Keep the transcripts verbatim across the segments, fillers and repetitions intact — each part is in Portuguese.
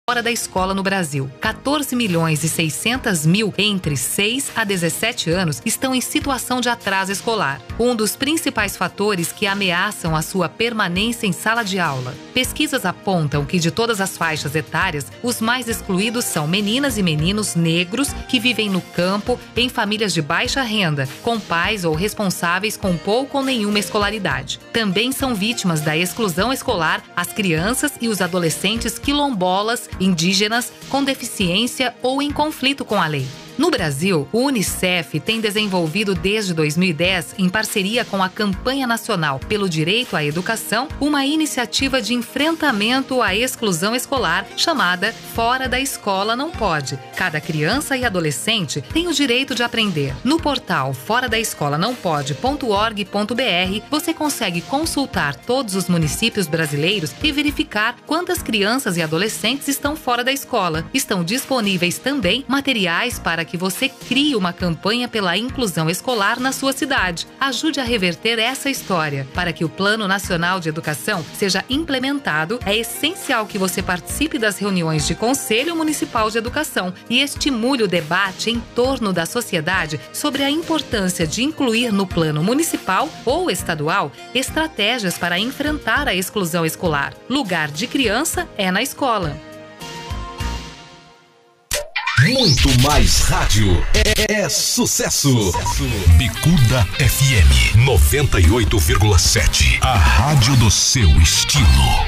fora da escola no Brasil. quatorze milhões e seiscentos mil entre seis a dezessete anos estão em situação de atraso escolar, um dos principais fatores que ameaçam a sua permanência em sala de aula. Pesquisas apontam que de todas as faixas etárias, os mais excluídos são meninas e meninos negros que vivem no campo, em famílias de baixa renda, com pais ou responsáveis com pouco ou nenhuma escolaridade. Também são vítimas da exclusão escolar as crianças e os adolescentes quilombolas, indígenas, com deficiência ou em conflito com a lei. No Brasil, o Unicef tem desenvolvido desde dois mil e dez, em parceria com a Campanha Nacional pelo Direito à Educação, uma iniciativa de enfrentamento à exclusão escolar chamada Fora da Escola Não Pode. Cada criança e adolescente tem o direito de aprender. No portal fora da escola não pode ponto org ponto br, você consegue consultar todos os municípios brasileiros e verificar quantas crianças e adolescentes estão fora da escola. Estão disponíveis também materiais para que você crie uma campanha pela inclusão escolar na sua cidade. Ajude a reverter essa história. Para que o Plano Nacional de Educação seja implementado, é essencial que você participe das reuniões de Conselho Municipal de Educação e estimule o debate em torno da sociedade sobre a importância de incluir no plano municipal ou estadual estratégias para enfrentar a exclusão escolar. Lugar de criança é na escola. Muito mais rádio é, é sucesso. sucesso. Bicuda F M noventa e oito vírgula sete. A rádio do seu estilo.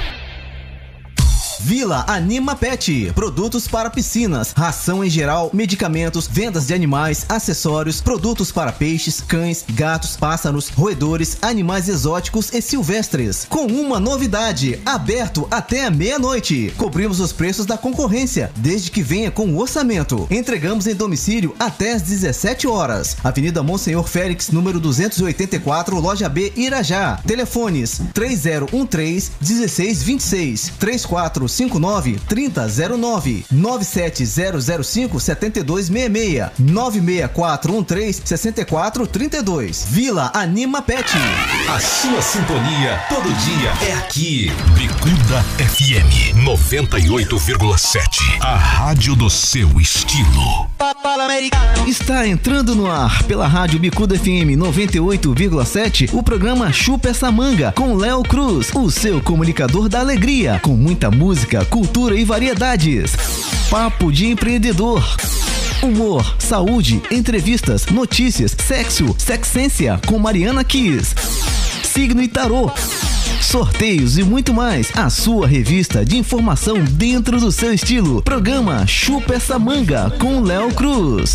Vila Anima Pet, produtos para piscinas, ração em geral, medicamentos, vendas de animais, acessórios, produtos para peixes, cães, gatos, pássaros, roedores, animais exóticos e silvestres. Com uma novidade, aberto até a meia-noite. Cobrimos os preços da concorrência, desde que venha com o orçamento. Entregamos em domicílio até às dezessete horas. Avenida Monsenhor Félix, número duzentos e oitenta e quatro, Loja B, Irajá. Telefones três zero um três, um seis dois seis, três quatro cinco nove, três zero zero nove, nove sete zero zero cinco, sete dois seis seis, nove seis quatro um três, seis quatro três dois. Vila Anima Pet. A sua sintonia todo dia é aqui. Bicuda F M noventa e oito vírgula sete. A rádio do seu estilo. Está entrando no ar pela rádio Bicuda F M noventa e oito vírgula sete o programa Chupa Essa Manga com Léo Cruz, o seu comunicador da alegria, com muita música, cultura e variedades. Papo de empreendedor. Humor, saúde, entrevistas, notícias, sexo, sexência com Mariana Kiss. Signo e tarô. Sorteios e muito mais. A sua revista de informação dentro do seu estilo. Programa Chupa Essa Manga com Léo Cruz.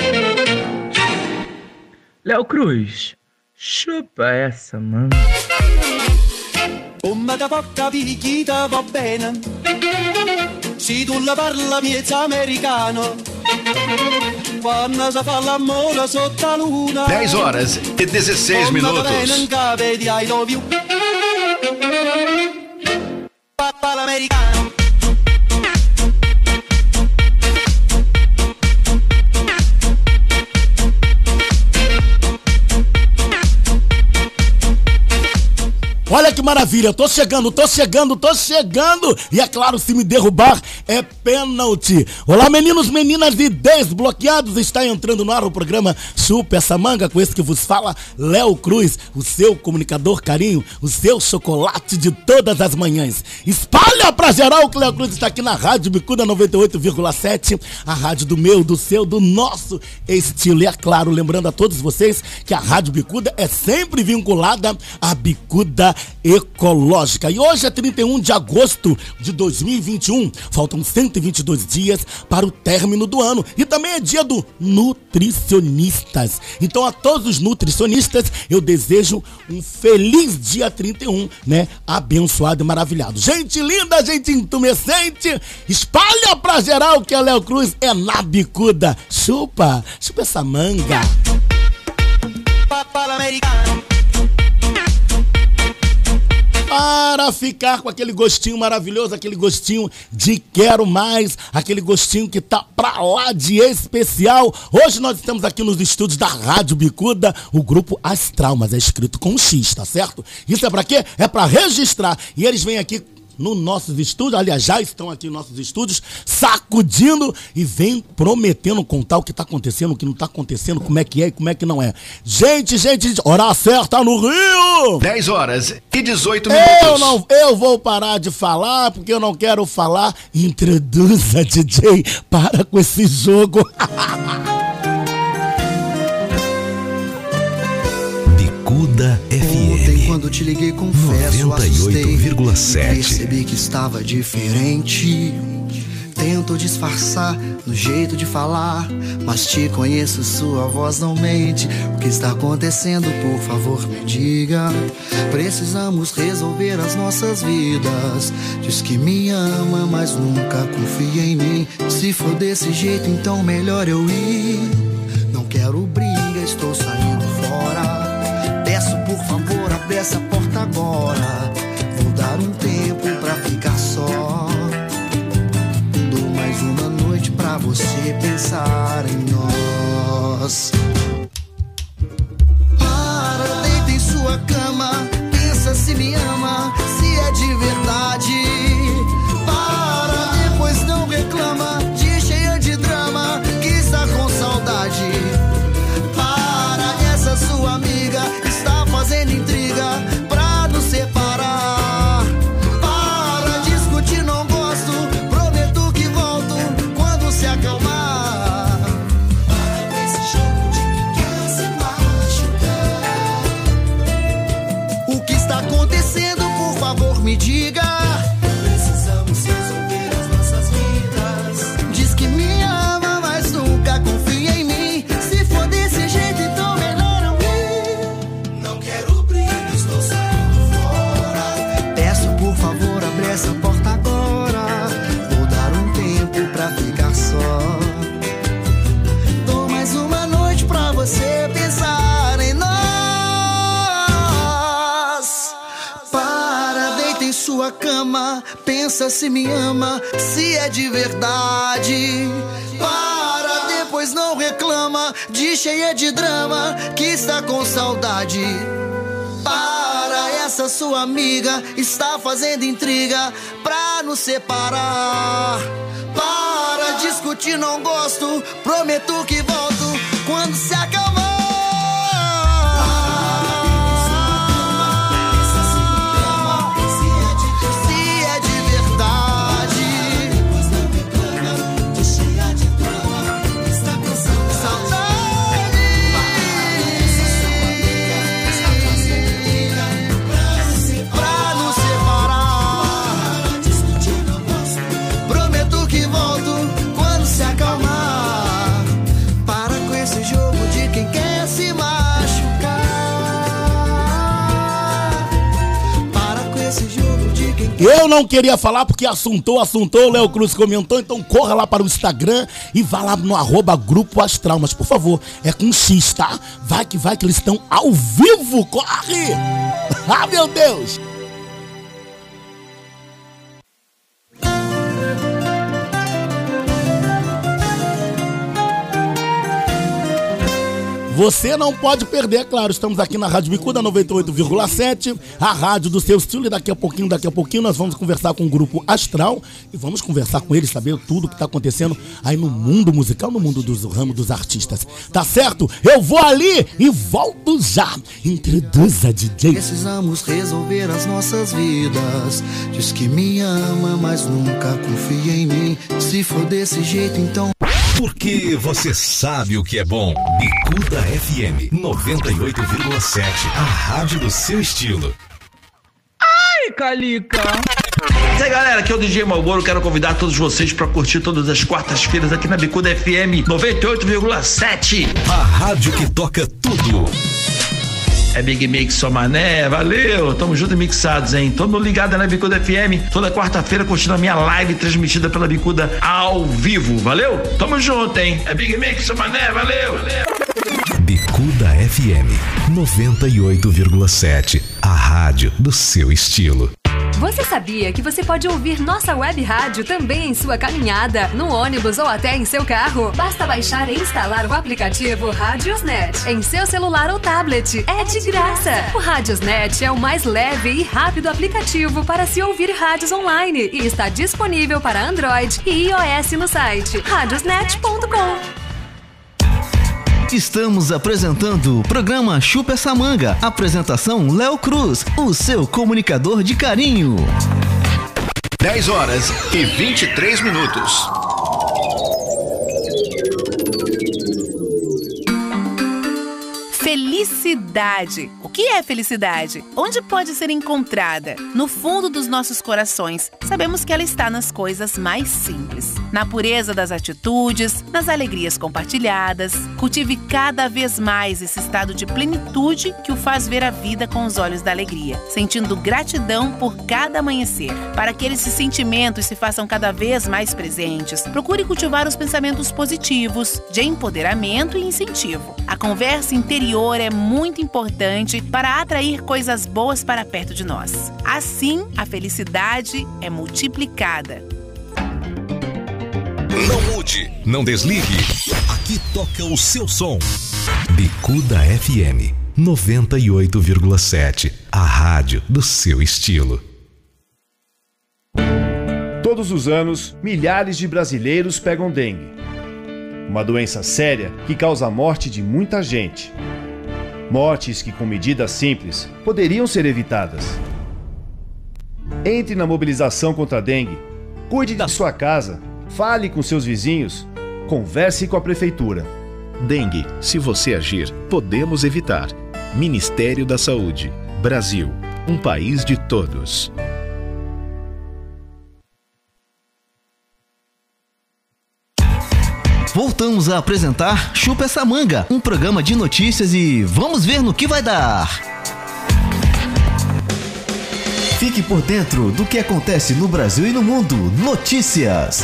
Léo Cruz, chupa essa manga. Come da porca picchita va bene, se tu la parla miezza americano, quando si fa l'amore sotto la luna. dez horas e dezesseis minutos. Vedi I love you. Papa l'americano. Olha que maravilha, tô chegando, tô chegando, tô chegando. E é claro, se me derrubar é pênalti. Olá, meninos, meninas e desbloqueados. Está entrando no ar o programa Chupa Essa Manga, com esse que vos fala Léo Cruz, o seu comunicador carinho, o seu chocolate de todas as manhãs. Espalha pra geral que Léo Cruz está aqui na Rádio Bicuda noventa e oito vírgula sete, a rádio do meu, do seu, do nosso estilo. E é claro, lembrando a todos vocês que a Rádio Bicuda é sempre vinculada à Bicuda Ecológica. E hoje é trinta e um de agosto de dois mil e vinte e um. Faltam cento e vinte e dois dias para o término do ano. E também é dia do nutricionistas. Então a todos os nutricionistas eu desejo um feliz dia trinta e um, né? Abençoado e maravilhado. Gente linda, gente intumescente, espalha pra geral que a Léo Cruz é na bicuda. Chupa, chupa essa manga. Papa l'americano. Para ficar com aquele gostinho maravilhoso, aquele gostinho de quero mais, aquele gostinho que tá pra lá de especial. Hoje nós estamos aqui nos estúdios da Rádio Bicuda, o grupo Astral, mas é escrito com X, tá certo? Isso é pra quê? É pra registrar. E eles vêm aqui nos nossos estúdios, aliás, já estão aqui nos nossos estúdios, sacudindo e vem prometendo contar o que tá acontecendo, o que não tá acontecendo, como é que é e como é que não é. Gente, gente, hora certa no Rio! dez horas e dezoito minutos. Eu não, eu vou parar de falar, porque eu não quero falar. Introduza, D J, para com esse jogo. Bicuda F M. Ontem quando te liguei, confesso, noventa e oito vírgula sete. Percebi que estava diferente. Tento disfarçar no jeito de falar, mas te conheço, sua voz não mente. O que está acontecendo, por favor me diga. Precisamos resolver as nossas vidas. Diz que me ama, mas nunca confia em mim. Se for desse jeito, então melhor eu ir. Não quero briga, estou saindo fora. Peço por favor, abre essa porta agora. Vou dar um tempo pra ficar só. Dou mais uma noite pra você pensar em nós. Para, deita em sua cama. Pensa se me ama, se é de verdade. Para, depois não reclama de cheia de drama, que está com saudade. Para, essa sua amiga está fazendo intriga pra nos separar. Para, discutir não gosto, prometo que volto quando se acalmar. Para esse jogo de quem quer se machucar. O que está acontecendo, por favor me diga. Precisamos resolver as nossas vidas. Diz que me ama, mas nunca confia em mim. Se for desse jeito, então melhor não ir. Não quero briga, estou saindo fora. Peço por favor, abre essa porta agora. Vou dar um tempo pra ficar só. Dou mais uma noite pra você pensar em nós. Para, deita em sua cama. Pensa se me ama, se é de verdade. Para, depois não reclama de cheia de drama, que está com saudade. Para, essa sua amiga está fazendo intriga pra nos separar. Para, discutir não gosto, prometo que volto quando se acalmar. Se é de verdade, depois não reclama de cheia de drama, está com saudade. Pra nos separar. Discutir não gosto, prometo que volto quando se acalmar. Para com esse jogo de quem quer se machucar. Para com esse jogo de quem quer. Eu não queria falar porque assuntou, assuntou, o Léo Cruz comentou, então corra lá para o Instagram e vá lá no arroba Grupo Astral, mas por favor, é com X, tá? Vai que vai que eles estão ao vivo, corre! Ah, meu Deus! Você não pode perder, é claro, estamos aqui na Rádio Bicuda noventa e oito vírgula sete, a rádio do seu estilo, e daqui a pouquinho, daqui a pouquinho nós vamos conversar com o Grupo Astral e vamos conversar com eles, saber tudo o que está acontecendo aí no mundo musical, no mundo dos ramos dos artistas. Tá certo? Eu vou ali e volto já. Introduza, D J. Precisamos resolver as nossas vidas. Diz que me ama, mas nunca confia em mim. Se for desse jeito, então Porque você sabe o que é bom. Bicuda F M noventa e oito vírgula sete, a rádio do seu estilo. Ai, Calica. E aí, galera, aqui é o D J Malboro. Quero convidar todos vocês para curtir todas as quartas-feiras aqui na Bicuda F M noventa e oito vírgula sete. A rádio que toca tudo. É Big Mix, só mané, valeu, tamo junto e mixados, hein? Todo ligado na Bicuda F M, toda quarta-feira curtindo a minha live transmitida pela Bicuda ao vivo, valeu? Tamo junto, hein? É Big Mix, só mané, valeu, valeu. Bicuda F M noventa e oito vírgula sete, a rádio do seu estilo. Você sabia que você pode ouvir nossa web rádio também em sua caminhada, no ônibus ou até em seu carro? Basta baixar e instalar o aplicativo Radiosnet em seu celular ou tablet. É de graça! O Radiosnet é o mais leve e rápido aplicativo para se ouvir rádios online e está disponível para Android e iOS no site radiosnet ponto com. Estamos apresentando o programa Chupa Essa Manga. Apresentação Léo Cruz, o seu comunicador de carinho. dez horas e vinte e três minutos. Felicidade. O que é felicidade? Onde pode ser encontrada? No fundo dos nossos corações, sabemos que ela está nas coisas mais simples. Na pureza das atitudes, nas alegrias compartilhadas. Cultive cada vez mais esse estado de plenitude que o faz ver a vida com os olhos da alegria, sentindo gratidão por cada amanhecer. Para que esses sentimentos se façam cada vez mais presentes, procure cultivar os pensamentos positivos, de empoderamento e incentivo. A conversa interior é muito importante para atrair coisas boas para perto de nós. Assim, a felicidade é multiplicada. Não mude, não desligue. Aqui toca o seu som. Bicuda F M noventa e oito vírgula sete, a rádio do seu estilo. Todos os anos, milhares de brasileiros pegam dengue. Uma doença séria que causa a morte de muita gente. Mortes que, com medidas simples, poderiam ser evitadas. Entre na mobilização contra a dengue, cuide da sua casa, fale com seus vizinhos, converse com a prefeitura. Dengue, se você agir, podemos evitar. Ministério da Saúde. Brasil, um país de todos. Voltamos a apresentar Chupa Essa Manga, um programa de notícias e vamos ver no que vai dar. Fique por dentro do que acontece no Brasil e no mundo. Notícias.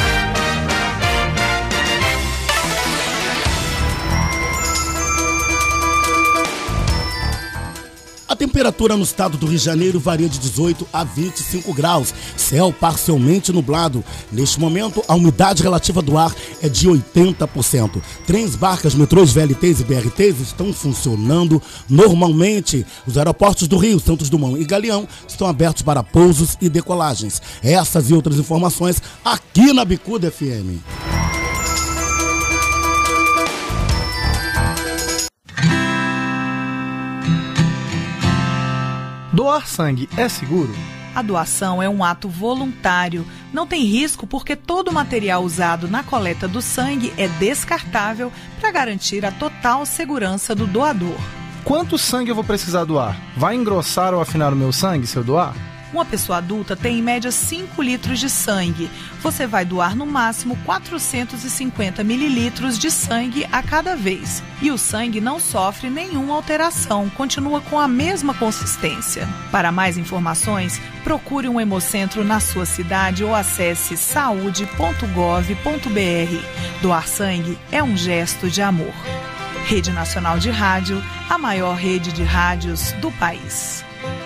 A temperatura no estado do Rio de Janeiro varia de dezoito a vinte e cinco graus, céu parcialmente nublado. Neste momento, a umidade relativa do ar é de oitenta por cento. Trens, barcas, metrôs, V L Ts e B R Ts estão funcionando normalmente. Os aeroportos do Rio, Santos Dumont e Galeão estão abertos para pousos e decolagens. Essas e outras informações aqui na Bicuda F M. Doar sangue é seguro? A doação é um ato voluntário. Não tem risco porque todo o material usado na coleta do sangue é descartável para garantir a total segurança do doador. Quanto sangue eu vou precisar doar? Vai engrossar ou afinar o meu sangue se eu doar? Uma pessoa adulta tem em média cinco litros de sangue. Você vai doar no máximo quatrocentos e cinquenta mililitros de sangue a cada vez. E o sangue não sofre nenhuma alteração, continua com a mesma consistência. Para mais informações, procure um hemocentro na sua cidade ou acesse saúde ponto gov ponto br. Doar sangue é um gesto de amor. Rede Nacional de Rádio, a maior rede de rádios do país.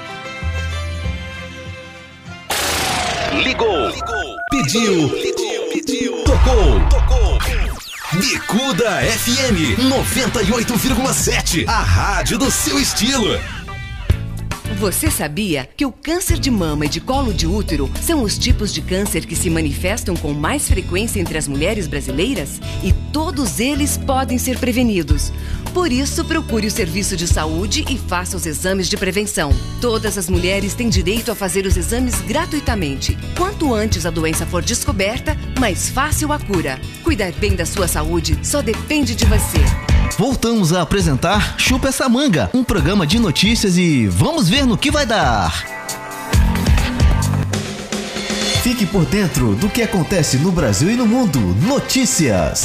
Ligou, ligou, pediu, pediu, pediu, tocou, tocou. Bicuda F M noventa e oito vírgula sete, a rádio do seu estilo. Você sabia que o câncer de mama e de colo de útero são os tipos de câncer que se manifestam com mais frequência entre as mulheres brasileiras? E todos eles podem ser prevenidos. Por isso, procure o serviço de saúde e faça os exames de prevenção. Todas as mulheres têm direito a fazer os exames gratuitamente. Quanto antes a doença for descoberta, mais fácil a cura. Cuidar bem da sua saúde só depende de você. Voltamos a apresentar Chupa Essa Manga, um programa de notícias e vamos ver no que vai dar. Fique por dentro do que acontece no Brasil e no mundo. Notícias.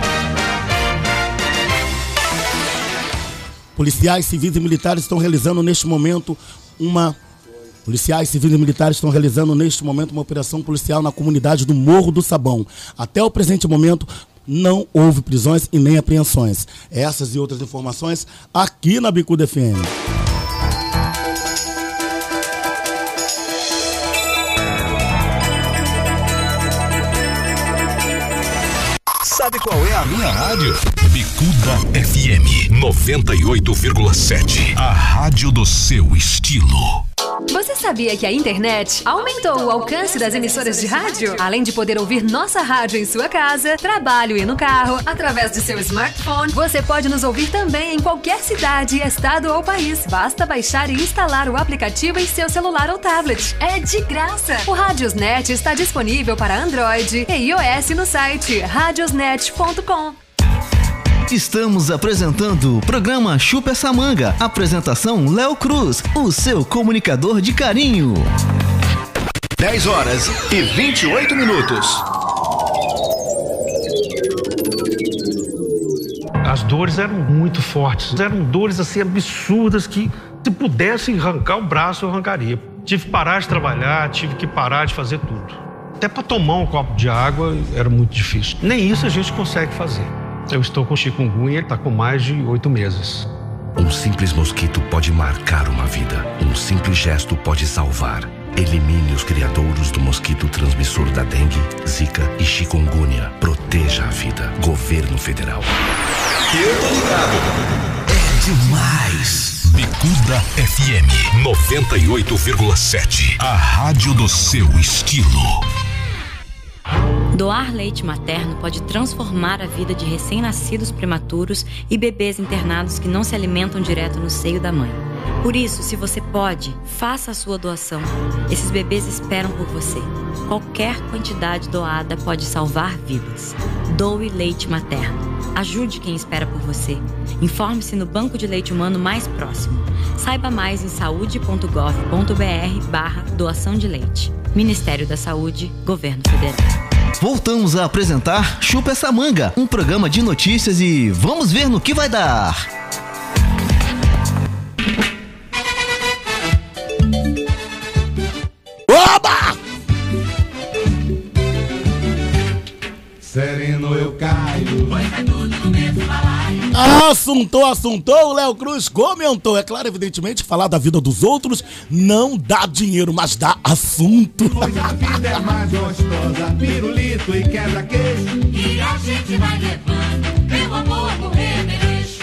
Policiais civis e militares estão realizando neste momento uma... Policiais civis e militares estão realizando neste momento uma operação policial na comunidade do Morro do Sabão. Até o presente momento, não houve prisões e nem apreensões. Essas e outras informações aqui na Bicuda F M. Sabe qual é a minha rádio? Bicuda F M noventa e oito vírgula sete. A rádio do seu estilo. Você sabia que a internet aumentou o alcance das emissoras de rádio? Além de poder ouvir nossa rádio em sua casa, trabalho e no carro, através de seu smartphone, você pode nos ouvir também em qualquer cidade, estado ou país. Basta baixar e instalar o aplicativo em seu celular ou tablet. É de graça! O Radiosnet está disponível para Android e iOS no site radiosnet ponto com. Estamos apresentando o programa Chupa Essa Manga. Apresentação Léo Cruz, o seu comunicador de carinho. dez horas e vinte e oito minutos. As dores eram muito fortes, eram dores assim absurdas que se pudesse arrancar o braço eu arrancaria. Tive que parar de trabalhar, tive que parar de fazer tudo. Até para tomar um copo de água era muito difícil. Nem isso a gente consegue fazer. Eu estou com chikungunya, ele está com mais de oito meses. Um simples mosquito pode marcar uma vida. Um simples gesto pode salvar. Elimine os criadouros do mosquito transmissor da dengue, zika e chikungunya. Proteja a vida. Governo Federal. Eu tô ligado. É demais. Bicuda F M noventa e oito vírgula sete. A rádio do seu estilo. Doar leite materno pode transformar a vida de recém-nascidos prematuros e bebês internados que não se alimentam direto no seio da mãe. Por isso, se você pode, faça a sua doação. Esses bebês esperam por você. Qualquer quantidade doada pode salvar vidas. Doe leite materno. Ajude quem espera por você. Informe-se no banco de leite humano mais próximo. Saiba mais em saúde ponto gov ponto br barra doação de leite. Ministério da Saúde, Governo Federal. Voltamos a apresentar Chupa Essa Manga, um programa de notícias e vamos ver no que vai dar. Oba! Sereno eu caio. Vai cair tudo no mesmo balaio. Assuntou, assuntou, o Léo Cruz comentou. É claro, evidentemente, falar da vida dos outros não dá dinheiro, mas dá assunto. Pois a vida é mais gostosa, pirulito e quebra-queixo. E a gente vai levando, meu amor, morrer mereixo.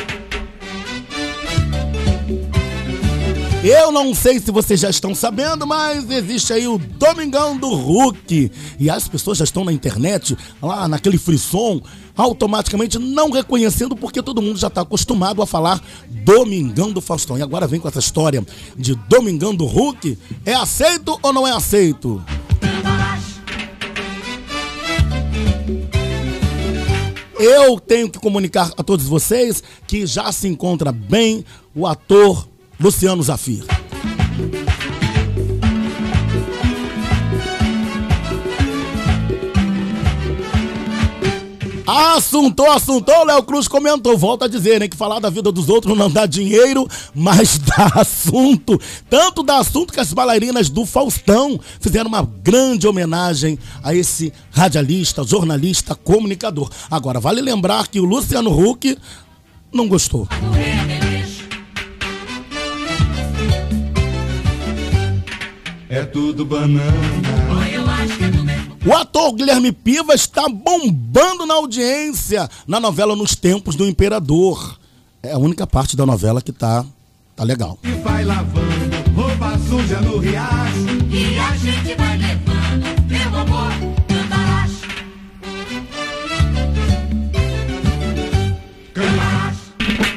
Eu não sei se vocês já estão sabendo, mas existe aí o Domingão do Hulk. E as pessoas já estão na internet, lá naquele frisson, automaticamente não reconhecendo, porque todo mundo já está acostumado a falar Domingão do Faustão. E agora vem com essa história de Domingão do Hulk. É aceito ou não é aceito? Eu tenho que comunicar a todos vocês que já se encontra bem o ator Luciano Zafir. Assuntou, assuntou, Léo Cruz comentou. Volta a dizer, né, que falar da vida dos outros não dá dinheiro, mas dá assunto. Tanto dá assunto que as bailarinas do Faustão fizeram uma grande homenagem a esse radialista, jornalista, comunicador. Agora, vale lembrar que o Luciano Huck não gostou. É tudo banana. O ator Guilherme Piva está bombando na audiência na novela Nos Tempos do Imperador. É a única parte da novela que tá, tá legal. E vai lavando roupa suja no riacho. E a gente vai levando, meu amor, cambaracho. Cambaracho.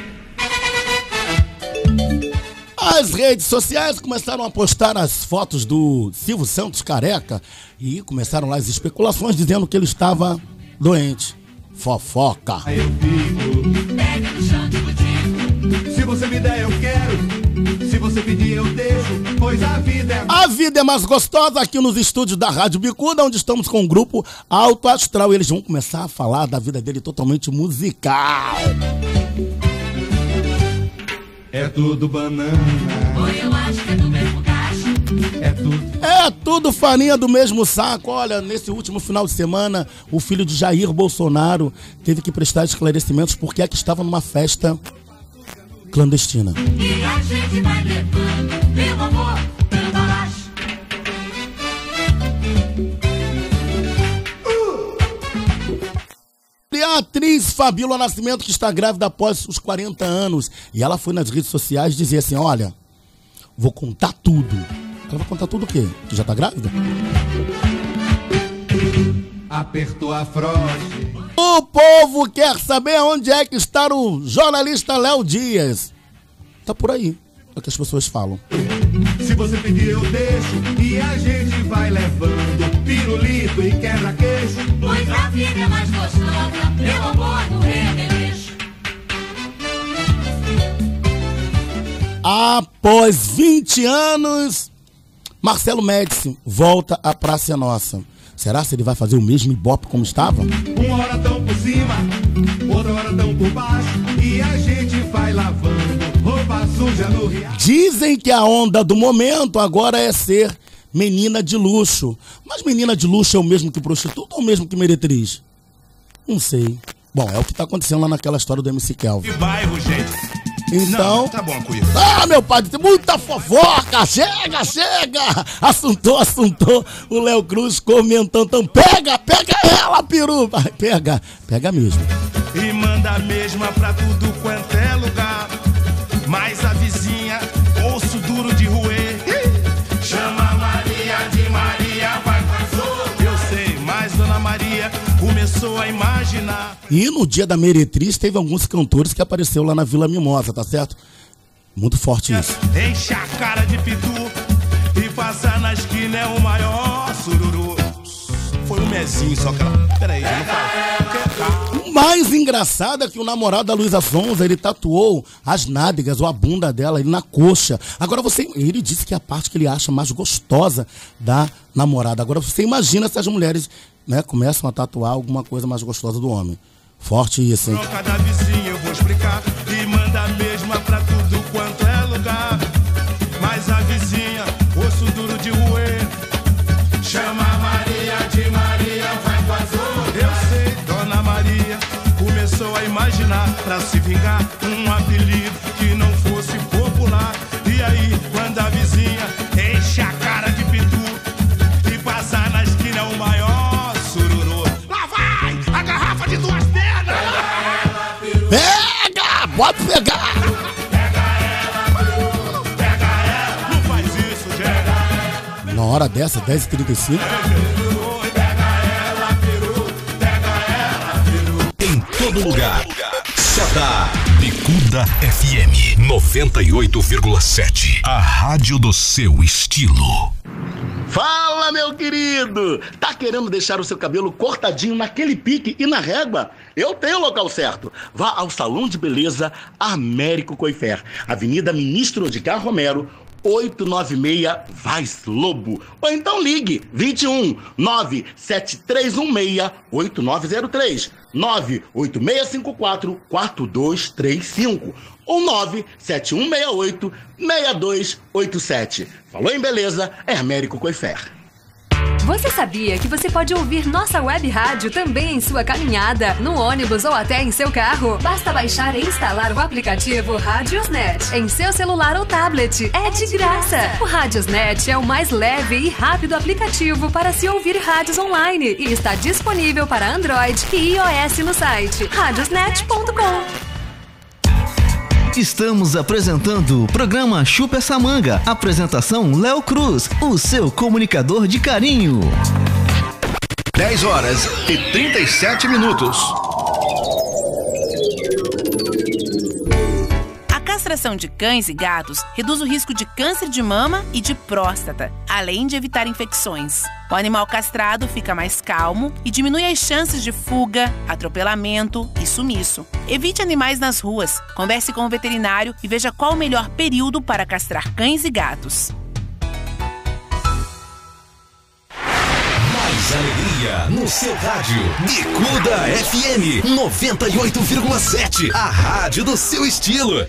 As redes sociais começaram a postar as fotos do Silvio Santos careca e começaram lá as especulações dizendo que ele estava doente. Fofoca. Aí eu fico, pega no chão de botico. Se você me der, eu quero. Se você pedir, eu deixo. Pois a vida é... A vida é mais gostosa aqui nos estúdios da Rádio Bicuda, onde estamos com o grupo Alto Astral. E eles vão começar a falar da vida dele totalmente musical. É tudo banana. Oi, eu acho que é do mesmo cacho. É tudo. É tudo farinha do mesmo saco. Olha, nesse último final de semana, o filho de Jair Bolsonaro teve que prestar esclarecimentos porque é que estava numa festa clandestina. E a gente vai levando, meu amor, cambaracho. e a atriz Fabíola Nascimento, que está grávida após os quarenta anos. E ela foi nas redes sociais dizer assim, olha, vou contar tudo. Ela vai contar tudo o quê? Que já tá grávida? Apertou a froche. O povo quer saber onde é que está o jornalista Léo Dias. Tá por aí, é o que as pessoas falam. Se você pedir eu deixo e a gente vai levando pirulito e quebra-queixo. Pois a vida é mais gostosa pelo amor do remeleixo. Após vinte anos, Marcelo Médici volta à Praça é Nossa. Será que ele vai fazer o mesmo ibope como estava? Uma hora tão por cima, outra hora tão por baixo, e a gente vai lavando roupa suja no riacho. Dizem que a onda do momento agora é ser menina de luxo. Mas menina de luxo é o mesmo que prostituta ou o mesmo que meretriz? Não sei. Bom, é o que está acontecendo lá naquela história do M C Kelvin. Que bairro, gente? Então... Não, tá bom, Cuia. Ah, meu pai, tem muita fofoca! Chega, chega! Assuntou, assuntou o Léo Cruz comentando. Então, pega, pega ela, peru! Vai, pega, pega mesmo. E manda a mesma pra tudo quanto é lugar. Mas a vizinha, osso duro de roer. Chama Maria de Maria, vai com azul. Eu sei, mas Dona Maria começou a imaginar. E no dia da meretriz teve alguns cantores que apareceu lá na Vila Mimosa, tá certo? Muito forte isso. Enche a cara de pitu e passa na esquina é o maior sururu. Foi um mezinho só que ela... Peraí, eu não falo. O mais engraçado é que o namorado da Luísa Sonza, ele tatuou as nádegas ou a bunda dela ali na coxa. Agora você... Ele disse que é a parte que ele acha mais gostosa da namorada. Agora você imagina se as mulheres, né, começam a tatuar alguma coisa mais gostosa do homem. Forte isso, hein? Cada vizinha eu vou explicar e manda a mesma pra tudo quanto é lugar. Mas a vizinha, osso duro de roer. Chama Maria de Maria, vai com azul. Eu sei, Dona Maria começou a imaginar pra se vingar um apelido que não fosse popular. E aí, quando a vizinha enche a cara de pitu e passar na esquina é o maior sururu. Lá vai a garrafa de duas pernas. Pega! Pode pegar! Pega ela, peru, pega ela. Não faz isso, gente. Na hora dessa, dez e trinta e cinco. Em todo lugar, só dá Bicuda F M noventa e oito vírgula sete. A rádio do seu estilo. Fala, meu querido! Tá querendo deixar o seu cabelo cortadinho naquele pique e na régua? Eu tenho o local certo. Vá ao Salão de Beleza Américo Coifer, Avenida Ministro Edgar Romero, oito nove seis Vaz Lobo. Ou então ligue vinte e um, nove sete três um seis, oito nove zero três, nove oito seis cinco quatro, quatro dois três cinco ou nove sete um seis oito, seis dois oito sete. Falou em beleza, é Américo Coifer. Você sabia que você pode ouvir nossa web rádio também em sua caminhada, no ônibus ou até em seu carro? Basta baixar e instalar o aplicativo Radiosnet em seu celular ou tablet. É de graça! O Radiosnet é o mais leve e rápido aplicativo para se ouvir rádios online e está disponível para Android e iOS no site radiosnet ponto com. Estamos apresentando o programa Chupa Essa Manga. Apresentação Léo Cruz, o seu comunicador de carinho. dez horas e trinta e sete minutos. A castração de cães e gatos reduz o risco de câncer de mama e de próstata, além de evitar infecções. O animal castrado fica mais calmo e diminui as chances de fuga, atropelamento e sumiço. Evite animais nas ruas, converse com o veterinário e veja qual o melhor período para castrar cães e gatos. Mais alegria no seu rádio. Bicuda F M noventa e oito vírgula sete. A rádio do seu estilo.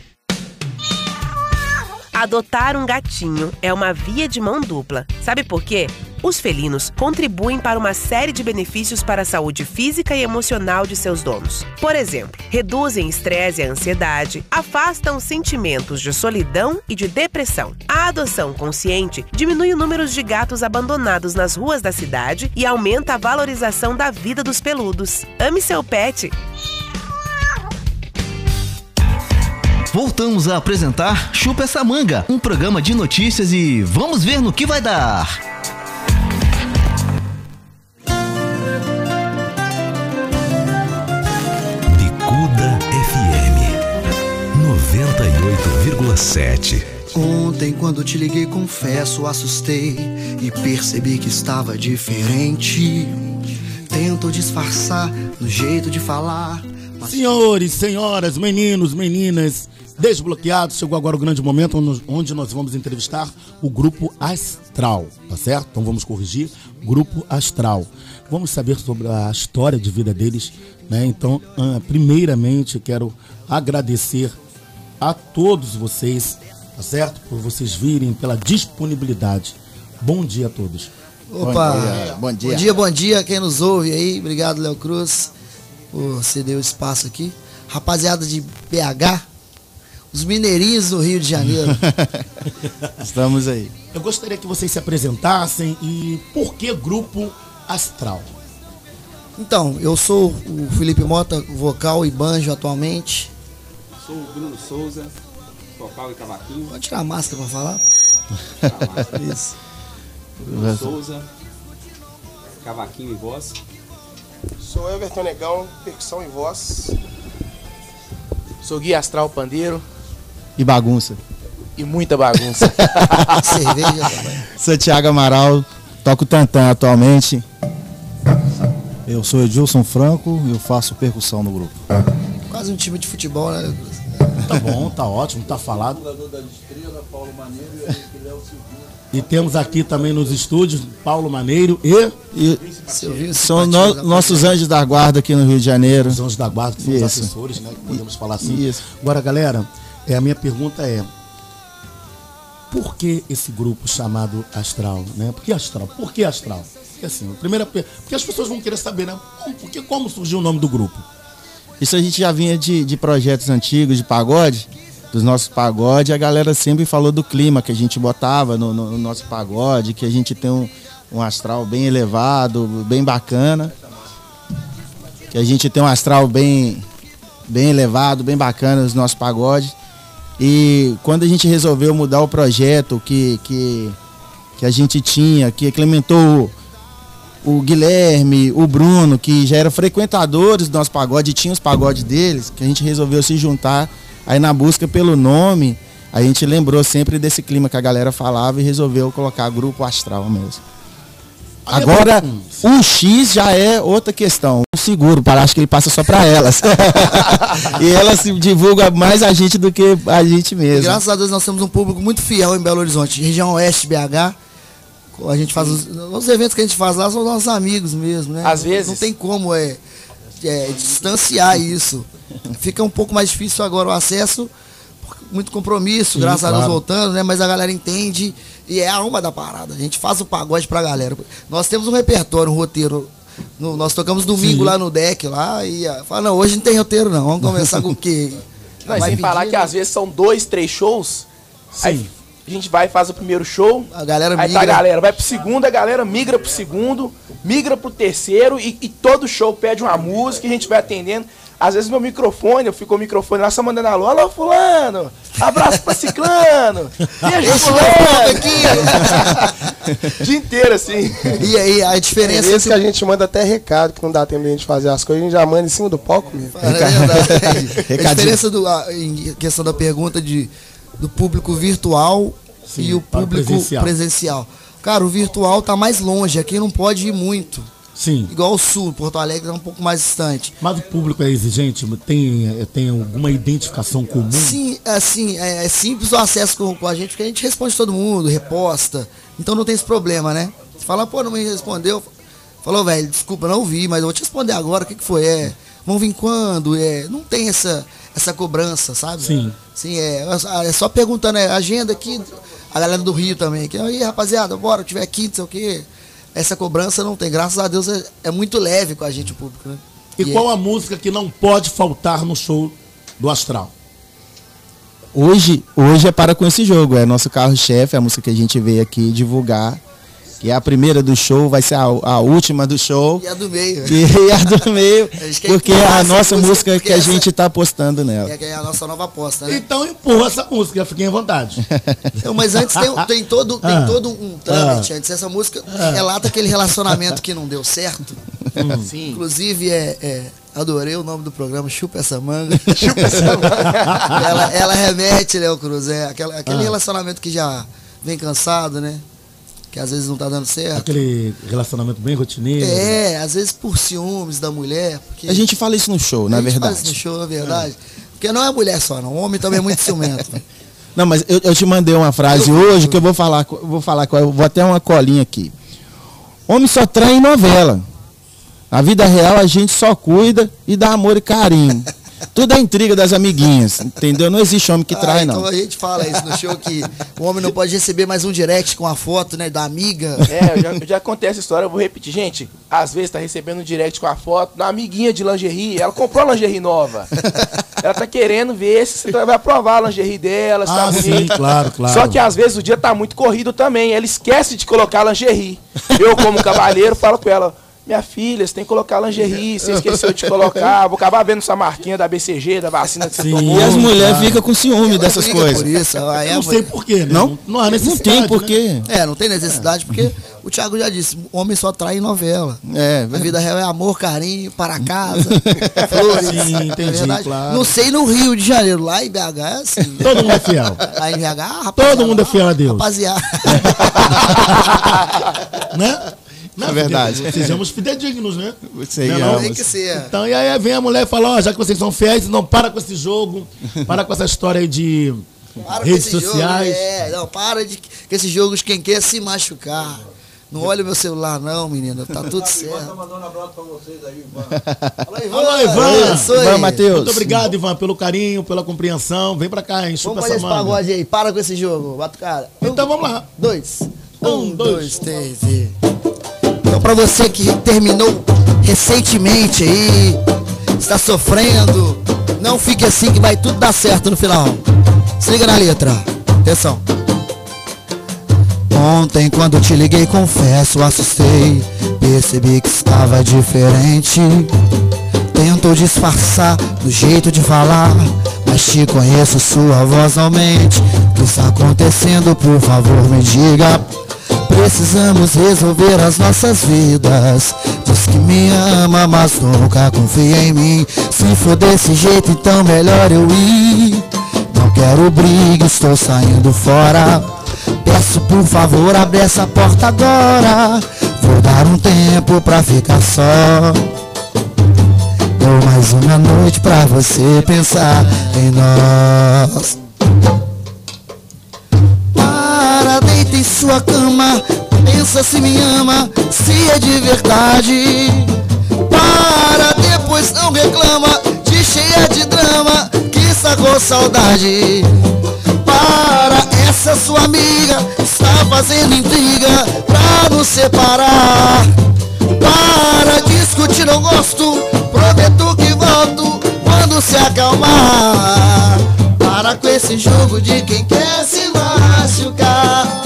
Adotar um gatinho é uma via de mão dupla. Sabe por quê? Os felinos contribuem para uma série de benefícios para a saúde física e emocional de seus donos. Por exemplo, reduzem estresse e ansiedade, afastam sentimentos de solidão e de depressão. A adoção consciente diminui o número de gatos abandonados nas ruas da cidade e aumenta a valorização da vida dos peludos. Ame seu pet! Voltamos a apresentar Chupa Essa Manga, um programa de notícias e vamos ver no que vai dar. Bicuda F M noventa e oito vírgula sete. Ontem quando te liguei, confesso, assustei e percebi que estava diferente. Tento disfarçar no jeito de falar. Mas... Senhores, senhoras, meninos, meninas, desbloqueados, chegou agora o grande momento onde nós vamos entrevistar o Grupo Astral, tá certo? Então vamos corrigir, Grupo Astral. Vamos saber sobre a história de vida deles, né? Então, primeiramente, quero agradecer a todos vocês, tá certo? Por vocês virem, pela disponibilidade. Bom dia a todos. Opa, bom dia, bom dia, bom dia, bom dia quem nos ouve aí. Obrigado, Léo Cruz, por ceder o espaço aqui. Rapaziada de B H, os mineirinhos do Rio de Janeiro. Estamos aí. Eu gostaria que vocês se apresentassem e por que Grupo Astral? Então, eu sou o Felipe Mota, vocal e banjo atualmente. Sou o Bruno Souza, vocal e cavaquinho. Pode tirar a máscara pra falar? Tirar a máscara. Isso. Bruno Souza, cavaquinho e voz. Sou Everton Negão, percussão e voz. Sou Gui Astral, pandeiro. E bagunça. E muita bagunça. Cerveja também. Sou Thiago Amaral, toco tantã atualmente. Eu sou Edilson Franco e eu faço percussão no grupo. Quase um time de futebol, né? Tá bom, tá ótimo, tá falado. E temos aqui também nos estúdios Paulo Maneiro e... e são no, nossos anjos da guarda aqui no Rio de Janeiro. Os anjos da guarda, que são os assessores, né? Que podemos falar assim. Isso. Agora, galera, é, a minha pergunta é... Por que esse grupo chamado Astral, né? Por que Astral? Por que Astral? Porque assim, a primeira... Porque as pessoas vão querer saber, né? Porque como surgiu o nome do grupo? Isso a gente já vinha de, de projetos antigos de pagode, dos nossos pagodes, a galera sempre falou do clima que a gente botava no, no, no nosso pagode, que a gente tem um, um astral bem elevado, bem bacana, que a gente tem um astral bem, bem elevado, bem bacana nos nossos pagodes. E quando a gente resolveu mudar o projeto que, que, que a gente tinha, que implementou o Guilherme, o Bruno, que já eram frequentadores do nosso pagode, e tinham os pagodes deles, que a gente resolveu se juntar. Aí na busca pelo nome, a gente lembrou sempre desse clima que a galera falava e resolveu colocar Grupo Astral mesmo. Agora, o X já é outra questão. O seguro, para acho que ele passa só para elas. E elas divulgam mais a gente do que a gente mesmo. Graças a Deus nós temos um público muito fiel em Belo Horizonte, região oeste de B H. A gente faz os, os eventos que a gente faz lá são nossos amigos mesmo, né? Às vezes. Não tem como é, é distanciar isso. Fica um pouco mais difícil agora o acesso, muito compromisso, sim, graças claro. a Deus voltando, né? Mas a galera entende e é a alma da parada. A gente faz o pagode pra galera. Nós temos um repertório, um roteiro. No, nós tocamos domingo, sim, lá no deck lá e fala, não, hoje não tem roteiro não, vamos começar com o quê? Não, sem pedir, falar que né? às vezes são dois, três shows. Sim. Aí a gente vai e faz o primeiro show, a galera aí migra. Tá a galera, vai pro segundo, a galera migra pro segundo, migra pro terceiro e, e todo show pede uma música e a gente vai atendendo. Às vezes meu microfone, eu fico com o microfone lá só mandando alô, alô fulano, abraço pra ciclano, beijo fulano aqui. Dia inteiro assim. E aí a diferença... É esse que a gente manda até recado, que não dá tempo de a gente fazer as coisas, a gente já manda em cima do palco mesmo. É verdade. A diferença do, a, em questão da pergunta de, do público virtual, sim, e o público presencial. presencial. Cara, o virtual tá mais longe, aqui não pode ir muito. Sim. Igual o Sul, Porto Alegre é um pouco mais distante. Mas o público é exigente? Tem, tem alguma identificação comum? Sim, assim, é, é simples o acesso com, com a gente, porque a gente responde todo mundo, reposta. Então não tem esse problema, né? Você fala, pô, não me respondeu. Falou, velho, desculpa, não ouvi, mas eu vou te responder agora, o que, que foi? É, vão vir quando? É, não tem essa, essa cobrança, sabe? Sim. Sim, é, é só perguntando, é, agenda aqui, a galera do Rio também. Que, aí, rapaziada, bora, tiver aqui, não sei o quê. essa cobrança não tem. Graças a Deus é, é muito leve com a gente, o público, né? E, E qual é- a música que não pode faltar no show do Astral? Hoje, hoje é Para Com Esse Jogo, é nosso carro-chefe, a música que a gente veio aqui divulgar, que é a primeira do show, vai ser a, a última do show. E a do meio. E a do meio, Acho que porque é empurrar a essa nossa música porque que a essa- gente tá apostando nela. É, que é a nossa nova aposta, né? Então empurra essa música, fiquem à vontade. Não, mas antes tem, tem todo, tem Ah. todo um trâmite Ah. antes. Essa música Ah. relata aquele relacionamento que não deu certo. Hum. Sim. Inclusive, é, é, adorei o nome do programa, Chupa Essa Manga. Chupa Essa Manga. ela, ela remete, Léo Cruz, é aquela, aquele Ah. relacionamento que já vem cansado, né? Que às vezes não tá dando certo. Aquele relacionamento bem rotineiro. É, às vezes por ciúmes da mulher. Porque A gente fala isso no show, na a gente verdade. faz isso no show, na verdade. Porque não é mulher só, não. O homem também é muito ciumento. né? Não, mas eu, eu te mandei uma frase hoje que eu vou falar, co- vou falar, com- eu vou até uma colinha aqui. Homem só trai em novela. Na vida real a gente só cuida e dá amor e carinho. Tudo é intriga das amiguinhas, entendeu? Não existe homem que trai, Ah, então não. a gente fala isso no show, que o homem não pode receber mais um direct com a foto, né, da amiga. É, já, já acontece essa história, eu vou repetir. Gente, às vezes tá recebendo um direct com a foto da amiguinha de lingerie, ela comprou a lingerie nova. Ela tá querendo ver se você vai aprovar a lingerie dela, se tá Ah, sim, bonito. claro, claro. Só que às vezes o dia tá muito corrido também, ela esquece de colocar a lingerie. Eu, como cavalheiro, falo com ela: minha filha, você tem que colocar lingerie, você esqueceu de colocar, vou acabar vendo essa marquinha da B C G, da vacina que você tomou. E as mulheres Claro. ficam com ciúme dessas briga coisas. por isso, ela é Eu não a- sei porquê, né? Não? Não há Não necessidade. tem né? porquê. É, não tem necessidade, porque o Thiago já disse, o homem só trai em novela. É, A vida real é amor, carinho, para casa, flores. Sim, Na entendi, verdade, claro. Não sei no Rio de Janeiro, lá em B H é assim. Todo mundo é fiel. Lá em B H, rapaziada, Todo mundo é fiel a Deus. rapaziada. Né? Não, É verdade. Sejamos fidedignos, né? Sei, Não é não? é, Tem que ser. Então, e aí vem a mulher e fala: ó, já que vocês são fiéis, não para com esse jogo, para com essa história aí de Para com redes esse sociais. Jogo, é, não, para de com esses jogos, quem quer se machucar. Não olha o meu celular não, menina, tá tudo certo. mandando um abraço pra vocês aí, Ivan. Alô, Ivan. Isso aí. Ivan Matheus. Muito obrigado, Ivan, pelo carinho, pela compreensão. Vem pra cá, hein? Chupa Vamos fazer essa esse manga. pagode aí, para com esse jogo, bata o cara. Um, Então vamos lá. dois. Um, Um, dois. dois, três e... Então pra você que terminou recentemente aí, está sofrendo, não fique assim que vai tudo dar certo no final. Se liga na letra, atenção. Ontem quando te liguei, confesso, assustei. Percebi que estava diferente. Tentou disfarçar do jeito de falar, mas te conheço, sua voz não mente. O que está acontecendo, por favor me diga. Precisamos resolver as nossas vidas. Diz que me ama, mas nunca confia em mim. Se for desse jeito, então melhor eu ir. Não quero briga, estou saindo fora. Peço por favor, abre essa porta agora. Vou dar um tempo pra ficar só. Dou mais uma noite pra você pensar em nós. Para, deita em sua cama. Pensa se me ama, se é de verdade. Para, depois não reclama de cheia de drama, que está com saudade. Para, essa sua amiga está fazendo intriga pra nos separar. Para, discutir não gosto, prometo que volto quando se acalmar. Para com esse jogo de quem quer se machucar.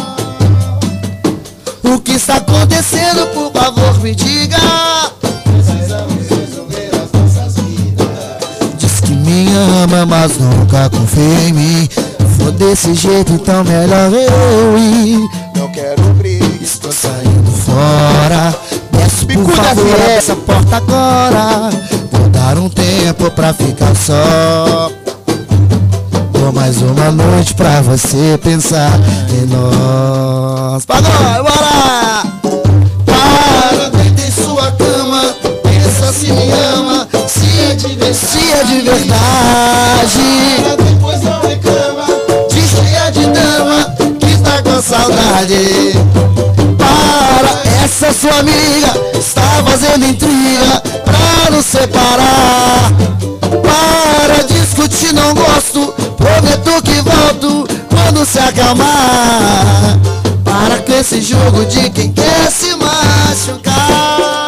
O que está acontecendo, por favor me diga. Precisamos resolver as nossas vidas. Diz que me ama, mas nunca confia em mim. For desse jeito, então melhor eu ir. Não quero briga, estou saindo fora. Peço por favor, abre essa porta agora. Vou dar um tempo pra ficar só. Dou mais uma noite pra você pensar em nós. Pagou, bora! Para, deita em sua cama. Pensa se me ama, se é de verdade, se é de verdade. Depois não reclama, diz que é de dama, que está com saudade. Para, essa sua amiga está fazendo intriga pra nos separar. Para, discutir não gosto, prometo que volto quando se acalmar. Para com esse jogo de quem quer se machucar. machucar.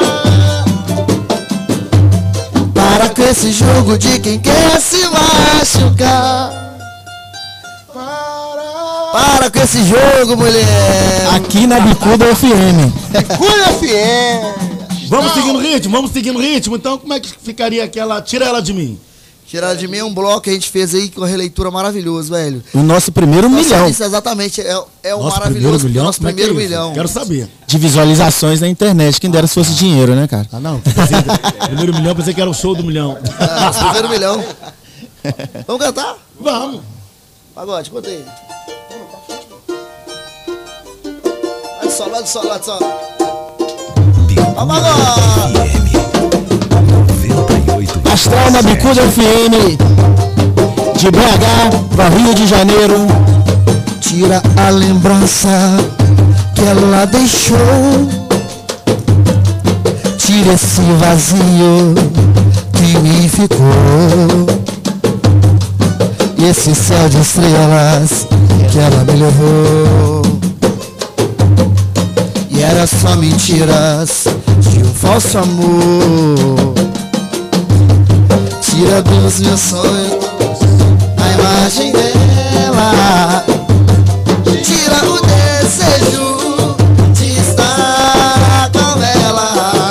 Para com esse jogo de quem quer se machucar. Para com esse jogo, mulher. Aqui na Bicuda F M. Bicuda F M. Vamos seguindo o ritmo, vamos seguindo o ritmo. Então, como é que ficaria aquela Tira Ela de Mim? Tira Ela de Mim é um bloco que a gente fez aí com a releitura maravilhosa, velho. O nosso primeiro Nossa, milhão. Isso, exatamente, é, é o Nosso maravilhoso. primeiro milhão? Nosso Como é que primeiro é isso? milhão. Quero saber. De visualizações na internet. Quem dera se fosse dinheiro, né, cara? Ah, não. Pensei, primeiro milhão, pensei que era o show do milhão. Ah, nosso primeiro milhão. Vamos cantar? Vamos. Pagode, conta aí. Lá de sol, lá de sol, lá de sol. Vamos agora. Astral na Bicuda F M. De B H para Rio de Janeiro. Tira a lembrança que ela deixou. Tira esse vazio que me ficou. E esse céu de estrelas que ela me levou. E era só mentiras de um falso amor. Tira dos meus sonhos a imagem dela. Tira o desejo de estar com ela.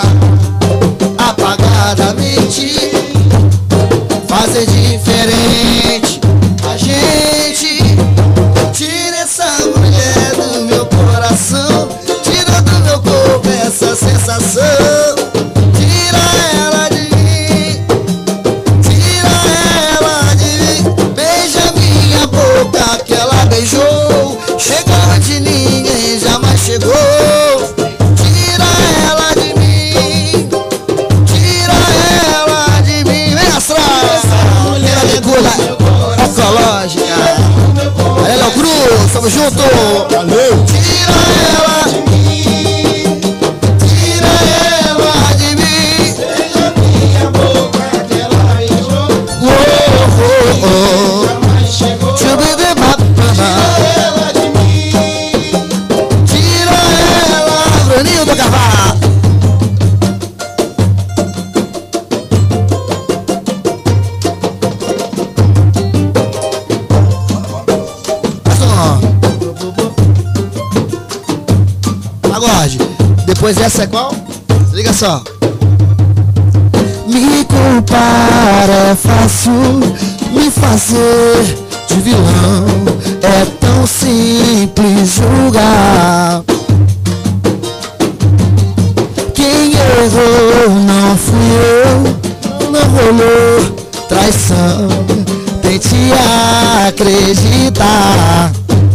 Apagadamente fazer diferente a gente. Tira essa mulher do meu coração. Tira do meu corpo essa sensação. Tira ela de mim. Tira ela de mim. Beija minha boca que ela beijou. Chega onde ninguém jamais chegou. Tira ela de mim. Tira ela de mim. Vem astral. Mulher Bicuda ecológica. Aí, Léo Cruz, tamo junto. Valeu. Tira ela de mim. Tira ela de mim. Beija minha boca que ela beijou. Oh, oh, oh. Tira ela de mim. Tira ela, Bruninho do Carvalho. Agora, depois essa é qual? Se liga só. Me culpar é fácil, me fazer de vilão é tão simples julgar. Quem errou não fui eu, não rolou traição. Tente acreditar.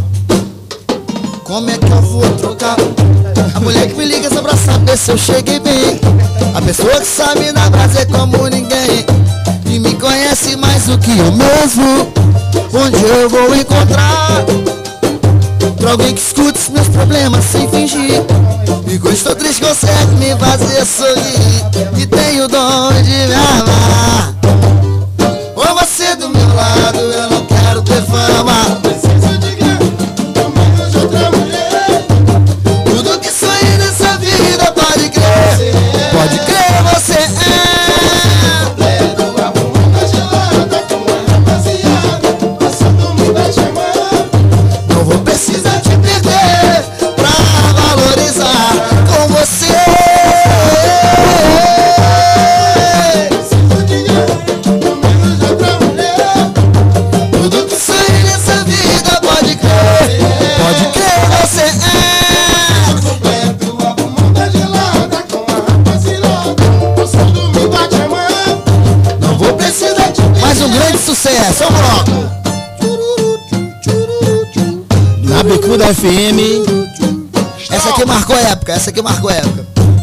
Como é que eu vou trocar a mulher que me liga só pra saber se eu cheguei bem? A pessoa que sabe dar prazer como ninguém e me conhece mais do que eu mesmo. Onde eu vou encontrar pra alguém que escute os meus problemas sem fingir? E quando estou triste consegue me fazer sorrir e tem o dom de me amar. Ou você do meu lado, eu não quero ter fama. Preciso de grana, pelo menos de outra mulher. Tudo que sonhei nessa vida pode crer. Pode crer, você é completo, a bunda gelada com a rapaziada. Passando me vai te amar. Não vou precisar te perder pra valorizar com você. Preciso de grana, pelo menos de outra mulher. Tudo que sonhei nessa vida pode crer. Pode crer, você é completo, a bunda gelada com a rapaziada. Passando me vai te amar. Não vou precisar te perder. Mais um grande sucesso, vamos logo. Na Bicuda F M. Essa aqui marcou época, essa aqui marcou época.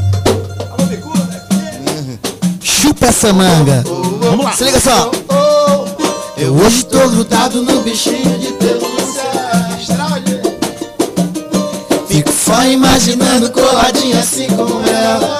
Uhum. Chupa essa manga. Vamos lá. Se liga só. Eu hoje tô grudado no bichinho de pelúcia. Fico só imaginando coladinho assim como ela.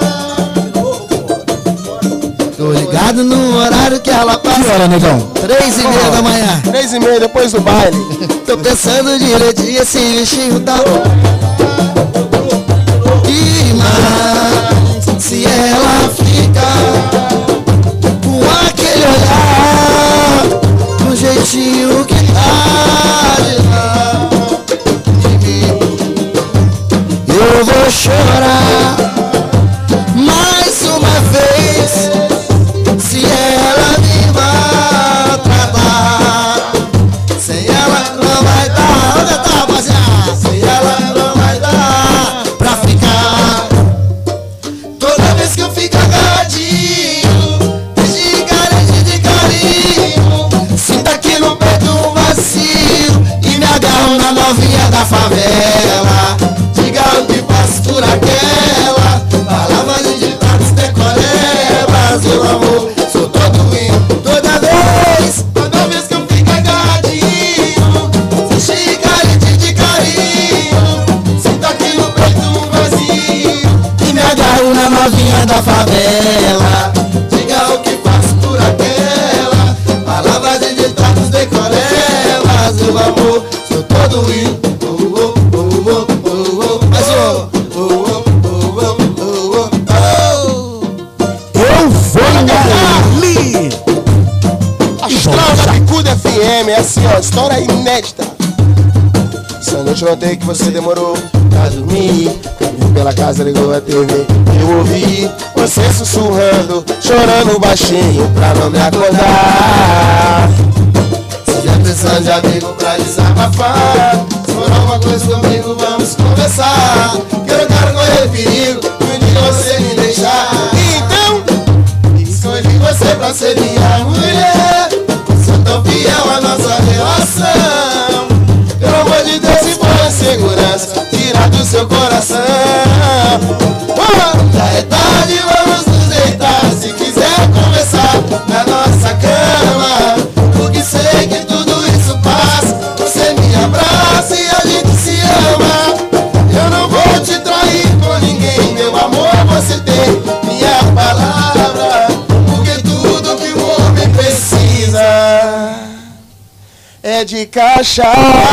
Tô ligado no horário que ela passa. Que hora, negão? Três e meia da manhã. Três e meia depois do baile. Tô pensando direitinho esse bichinho tá. E demais se ela ficar com aquele olhar, do jeitinho que tá de lá de mim. Eu vou chorar mais uma vez se ela me maltratar. Sem ela não vai dar, onde tá, rapaziada? Sem ela não vai dar pra ficar. Toda vez que eu fico agarradinho, de carinho, de carinho, sinto aqui no peito um vazio e me agarro na novinha da favela. Diga o que faço por aquela, palavras e ditados decorebas. Meu amor, sou todo lindo. Toda vez, toda vez que eu fico agarradinho, senti carinho de carinho, sinto aqui no peito um vazio e me agarro na novinha da favela. Diga o que faço por aquela, palavras e ditados decorebas. Meu amor, sou todo lindo. Astral da Bicuda F M, é assim ó, história inédita. Essa noite eu notei que você demorou pra dormir. Caminhou pela casa, ligou a T V. Eu ouvi você sussurrando, chorando baixinho pra não me acordar. Se tiver precisando de amigo pra desabafar, se for alguma coisa comigo, vamos conversar. Que eu não quero correr perigo, um dia você me deixar. Então, escolhi você pra ser minha mulher. Sou tão fiel à nossa relação. Pelo amor de Deus, se for insegurança, tira do seu coração. Oh, já é tarde, vamos nos deitar. Se quiser conversar na nossa cama, porque sei que tudo isso passa. Você me abraça e a gente se ama. Eu não vou te trair com ninguém, meu amor, você tem minha palavra. Porque tudo que o homem precisa é de cachaça.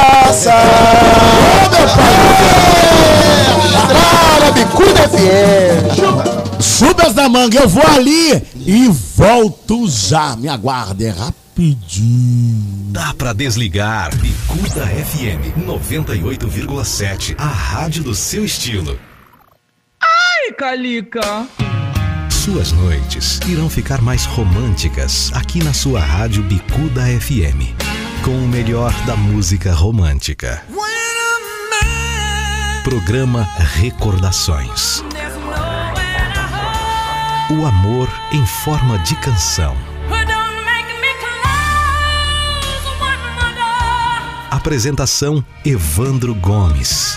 Ô, meu pai! Estrada, Bicuda F M. Subas da manga, eu vou ali e volto já. Me aguarde, é rapidinho. Dá pra desligar. Bicuda F M noventa e oito vírgula sete, a rádio do seu estilo. Ai, Calica! Suas noites irão ficar mais românticas aqui na sua rádio Bicuda F M, com o melhor da música romântica. Programa Recordações. O amor em forma de canção. Apresentação Evandro Gomes.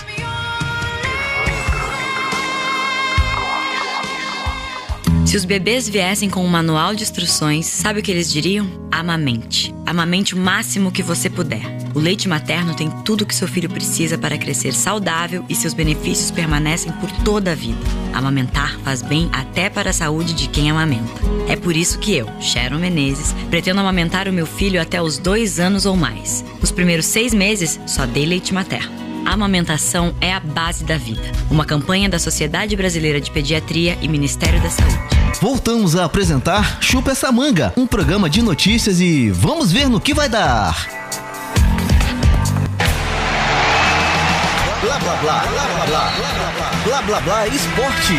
Se os bebês viessem com um manual de instruções, sabe o que eles diriam? Amamente. Amamente o máximo que você puder. O leite materno tem tudo o que seu filho precisa para crescer saudável e seus benefícios permanecem por toda a vida. Amamentar faz bem até para a saúde de quem amamenta. É por isso que eu, Sharon Menezes, pretendo amamentar o meu filho até os dois anos ou mais. Os primeiros seis meses, só dei leite materno. A amamentação é a base da vida. Uma campanha da Sociedade Brasileira de Pediatria e Ministério da Saúde. Voltamos a apresentar Chupa Essa Manga, um programa de notícias e vamos ver no que vai dar. Blá blá blá, blá blá blá, blá blá blá, esporte.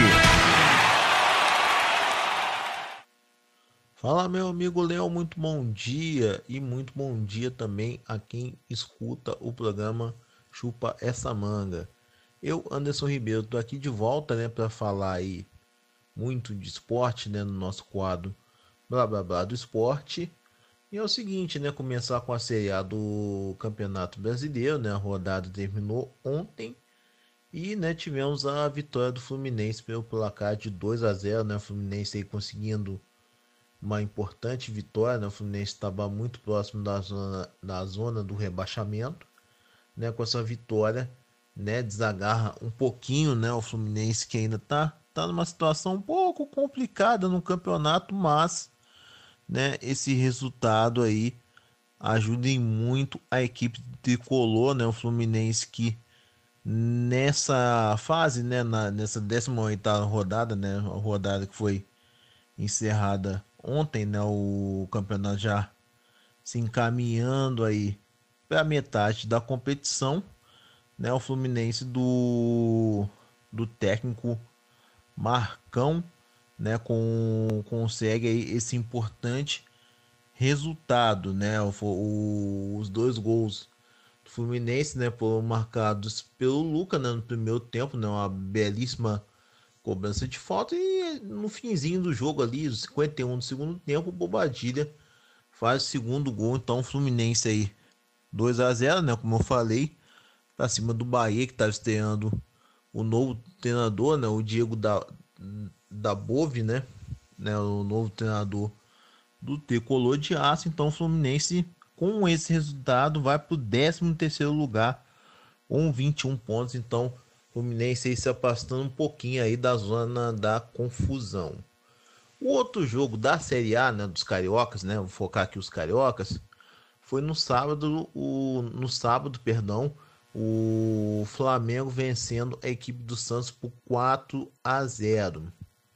Fala, meu amigo Léo, muito bom dia e muito bom dia também a quem escuta o programa Chupa Essa Manga. Eu, Anderson Ribeiro, tô aqui de volta, né, para falar aí muito de esporte, né, no nosso quadro Blá Blá Blá do Esporte. E é o seguinte, né, começar com a Série A do Campeonato Brasileiro, né, a rodada terminou ontem e, né, tivemos a vitória do Fluminense pelo placar de dois a zero, né, o Fluminense aí conseguindo uma importante vitória, né, o Fluminense estava muito próximo da zona, da zona do rebaixamento, né, com essa vitória, né, desagarra um pouquinho, né, o Fluminense, que ainda tá, tá numa situação um pouco complicada no campeonato, mas, né, esse resultado aí ajuda em muito a equipe tricolor, né, o Fluminense que, nessa fase, né, na, nessa décima oitava rodada, né, a rodada que foi encerrada ontem, né, o campeonato já se encaminhando aí para metade da competição, né, o Fluminense do, do técnico Marcão, né, com, consegue aí esse importante resultado, né, o, o, os dois gols Fluminense, né, foram marcados pelo Lucas, né, no primeiro tempo, né, uma belíssima cobrança de falta, e no finzinho do jogo ali, os cinquenta e um do segundo tempo, o Bobadilha faz o segundo gol. Então o Fluminense aí dois a zero, né, como eu falei, para cima do Bahia, que estava estreando o novo treinador, né, o Diego da, da Bove, né, né, o novo treinador do Tricolor de Aço. Então o Fluminense, com esse resultado, vai para o décimo terceiro lugar com vinte e um pontos. Então, o Fluminense aí se afastando um pouquinho aí da zona da confusão. O outro jogo da Série A, né, dos cariocas, né, vou focar aqui os cariocas, foi no sábado, o, no sábado, perdão, o Flamengo vencendo a equipe do Santos por quatro a zero.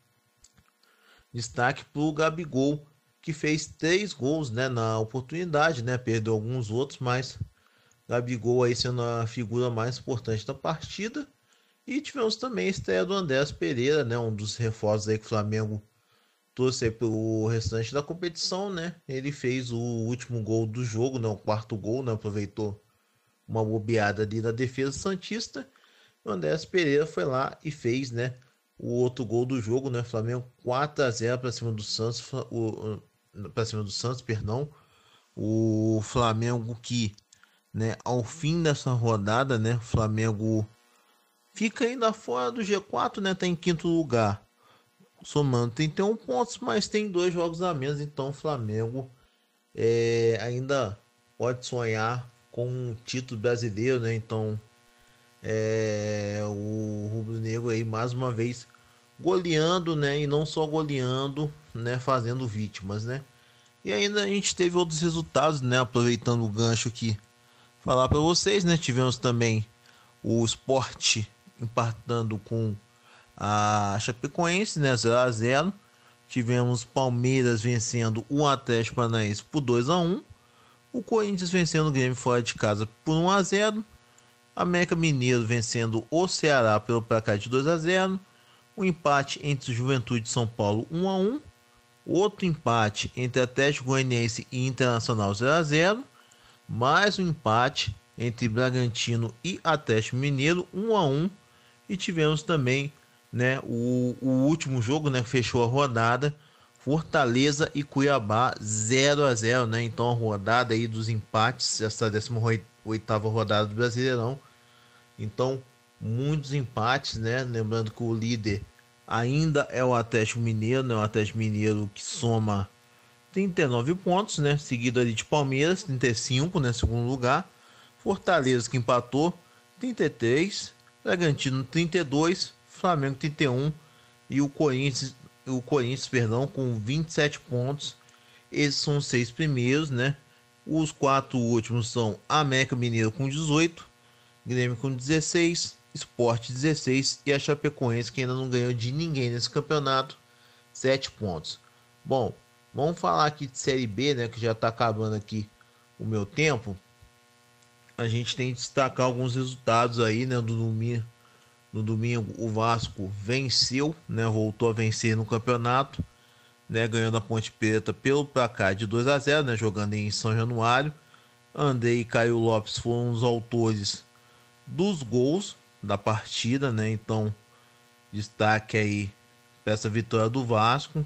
Destaque para o Gabigol, que fez três gols, né, na oportunidade, né, perdeu alguns outros, mas Gabigol aí sendo a figura mais importante da partida. E tivemos também a estreia do Andrés Pereira, né, um dos reforços aí que o Flamengo trouxe aí pro restante da competição, né. Ele fez o último gol do jogo, né, o quarto gol, né, aproveitou uma bobeada ali da defesa santista. O Andrés Pereira foi lá e fez, né, o outro gol do jogo, né, Flamengo quatro a zero para cima do Santos, o para cima do Santos, perdão. O Flamengo que, né, ao fim dessa rodada, né, o Flamengo fica ainda fora do G quatro, né, tá em quinto lugar, somando trinta e um pontos, mas tem dois jogos a menos. Então o Flamengo é, ainda pode sonhar com um título brasileiro, né. Então é, o rubro-negro aí mais uma vez goleando, né, e não só goleando, né, fazendo vítimas, né. E ainda a gente teve outros resultados, né, aproveitando o gancho aqui, falar para vocês, né, tivemos também o Sport empatando com a Chapecoense, né, zero a zero. Tivemos Palmeiras vencendo o Atlético Paranaense por dois a um. O Corinthians vencendo o Grêmio fora de casa por um a zero. América Mineiro vencendo o Ceará pelo placar de dois a zero. Um empate entre o Juventude de São Paulo um a um. Outro empate entre Atlético Goianiense e Internacional zero a zero. Mais um empate entre Bragantino e Atlético Mineiro um a um. E tivemos também, né, o, o último jogo, né, que fechou a rodada, Fortaleza e Cuiabá zero a zero, né? Então a rodada aí dos empates, essa décima oitava rodada do Brasileirão. Então muitos empates, né? Lembrando que o líder ainda é o Atlético Mineiro, né? O Atlético Mineiro que soma trinta e nove pontos, né? Seguido ali de Palmeiras, trinta e cinco, né? Segundo lugar. Fortaleza que empatou, trinta e três. Bragantino, trinta e dois. Flamengo, trinta e um. E o Corinthians, o Corinthians, perdão, com vinte e sete pontos. Esses são os seis primeiros, né? Os quatro últimos são América Mineiro com dezoito, Grêmio com dezesseis, Sport dezesseis e a Chapecoense, que ainda não ganhou de ninguém nesse campeonato, sete pontos. Bom, vamos falar aqui de Série B, né, que já está acabando aqui o meu tempo. A gente tem que destacar alguns resultados aí, né, do domingo. No domingo o Vasco venceu, né, voltou a vencer no campeonato, né, ganhando a Ponte Preta pelo placar de dois a zero, né, jogando em São Januário. Andrei e Caio Lopes foram os autores dos gols da partida, né? Então destaque aí para essa vitória do Vasco.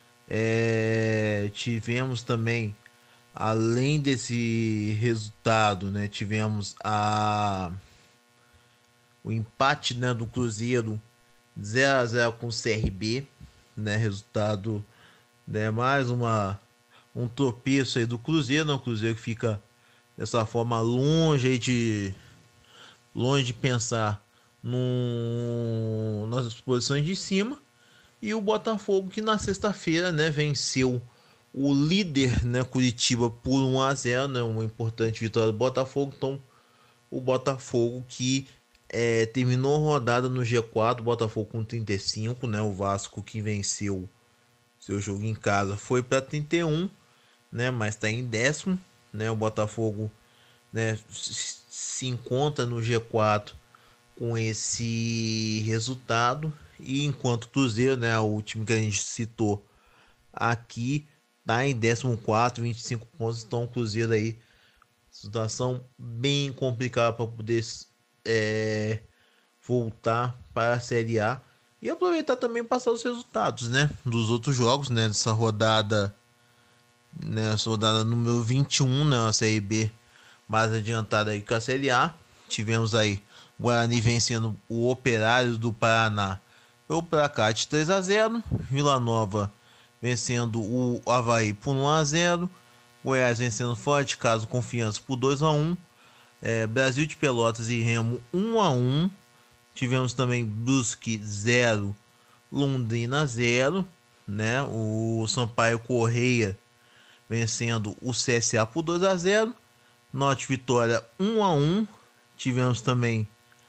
É, tivemos também, além desse resultado, né, tivemos a o empate, né, do Cruzeiro zero a zero com o C R B, né, resultado, né, mais uma um tropeço aí do Cruzeiro, né, o Cruzeiro que fica dessa forma longe aí de longe de pensar no, nas posições de cima. E o Botafogo que na sexta-feira, né, venceu o líder, né, Curitiba por um a zero, né, uma importante vitória do Botafogo. Então o Botafogo que É, terminou a rodada no G quatro, Botafogo com trinta e cinco, né? O Vasco, que venceu seu jogo em casa, foi para trinta e um, né? Mas está em décimo, né? O Botafogo, né, se encontra no G quatro com esse resultado, e enquanto o Cruzeiro, né, o time que a gente citou aqui, tá em décimo quarto, vinte e cinco pontos. Então o Cruzeiro aí, situação bem complicada para poder é, voltar para a Série A e aproveitar também passar os resultados, né, dos outros jogos, né, dessa rodada, né, essa rodada número vinte e um, né, a Série B mais adiantada aí com a Série A. Tivemos aí o Guarani vencendo o Operário do Paraná pelo placar de três a zero, Vila Nova vencendo o Avaí por um a zero, Goiás vencendo fora de casa Confiança por dois a um, é, Brasil de Pelotas e Remo um a um, tivemos também Brusque zero, Londrina zero, né? O Sampaio Correia vencendo o C S A por dois a zero, Norte Vitória um a um, tivemos também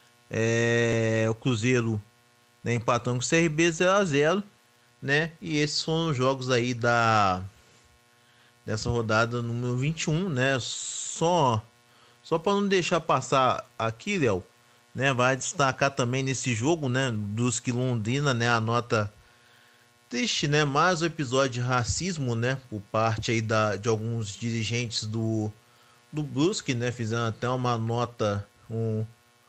é, o Cruzeiro, né, empatando com o C R B zero a zero, né? E esses foram os jogos aí da dessa rodada número vinte e um, né? Só só para não deixar passar aqui, Léo, né? Vai destacar também nesse jogo, né, dos que Londrina, né, a nota triste, né? Mais um episódio de racismo, né, por parte aí da de alguns dirigentes do do Brusque, né? Fizeram até uma nota um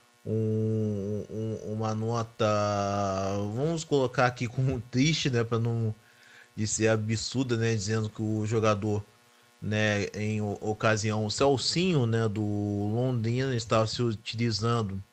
Um, um, uma nota, vamos colocar aqui como triste, né, para não dizer absurda, né, dizendo que o jogador, né, em ocasião, o Celcinho, né, do Londrina, estava se utilizando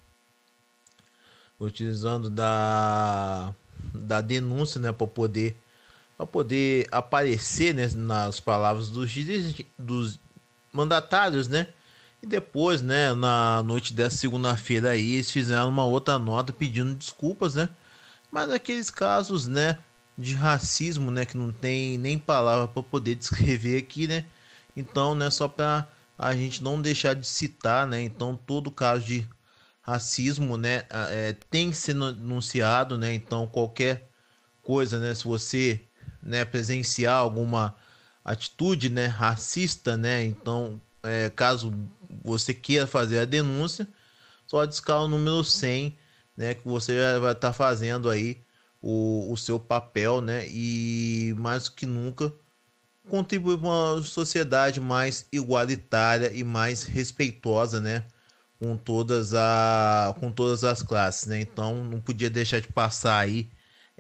utilizando da da denúncia, né, para poder para poder aparecer, né, nas palavras dos dos mandatários, né. E depois, né, na noite dessa segunda-feira aí, eles fizeram uma outra nota pedindo desculpas, né? Mas aqueles casos, né, de racismo, né, que não tem nem palavra para poder descrever aqui, né? Então, né, só para a gente não deixar de citar, né? Então, todo caso de racismo, né, é, tem que ser denunciado, né? Então, qualquer coisa, né, se você, né, presenciar alguma atitude, né, racista, né, então, é, caso você queira fazer a denúncia, só discar o número cem, né, que você já vai estar tá fazendo aí o, o seu papel, né, e mais do que nunca contribuir para uma sociedade mais igualitária e mais respeitosa, né, com todas, a, com todas as classes, né. Então não podia deixar de passar aí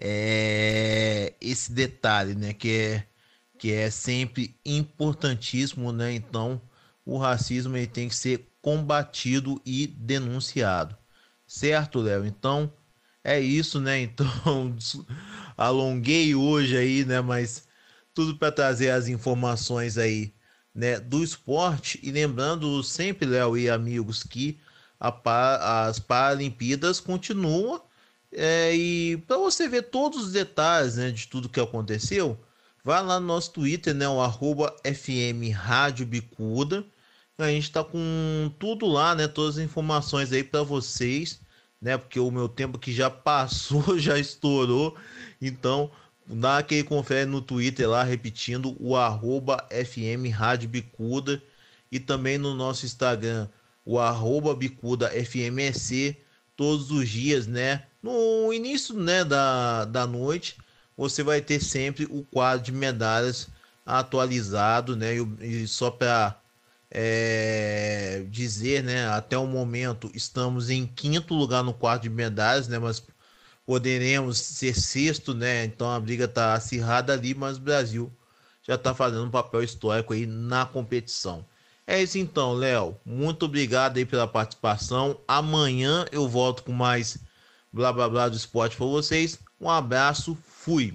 é, esse detalhe, né, que é, que é sempre importantíssimo, né. Então o racismo ele tem que ser combatido e denunciado, certo, Léo? Então é isso, né? Então alonguei hoje aí, né? Mas tudo para trazer as informações aí, né, do esporte. E lembrando sempre, Léo e amigos, que a, as Paralimpíadas continuam, é, e para você ver todos os detalhes, né, de tudo que aconteceu, vai lá no nosso Twitter, né, o arroba F M Rádio Bicuda. A gente tá com tudo lá, né? Todas as informações aí para vocês, né? Porque o meu tempo que já passou, já estourou. Então, dá aquele confere no Twitter lá, repetindo, o arroba F M Rádio Bicuda. E também no nosso Instagram, o arroba Bicuda F M E C. Todos os dias, né? No início, né, da, da noite, você vai ter sempre o quadro de medalhas atualizado, né? E, e só para É, dizer, né, até o momento estamos em quinto lugar no quadro de medalhas, né, mas poderemos ser sexto, né, então a briga tá acirrada ali, mas o Brasil já tá fazendo um papel histórico aí na competição. É isso então, Léo, muito obrigado aí pela participação. Amanhã eu volto com mais blá blá blá do esporte para vocês. Um abraço, fui.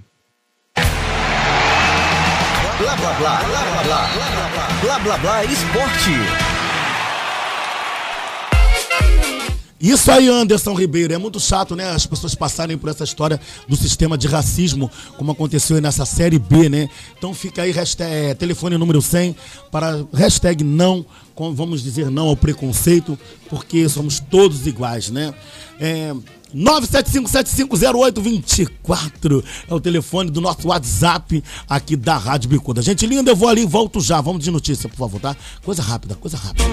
Blá blá blá, blá blá blá, blá blá blá esporte. Isso aí, Anderson Ribeiro, é muito chato, né? As pessoas passarem por essa história do sistema de racismo, como aconteceu aí nessa série B, né? Então fica aí, hashtag, telefone número cem, para hashtag não, vamos dizer não ao preconceito, porque somos todos iguais, né? É, nove sete cinco sete cinco zero oito dois quatro é o telefone do nosso WhatsApp aqui da Rádio Bicuda. Gente linda, eu vou ali e volto já. Vamos de notícia, por favor, tá? Coisa rápida, coisa rápida.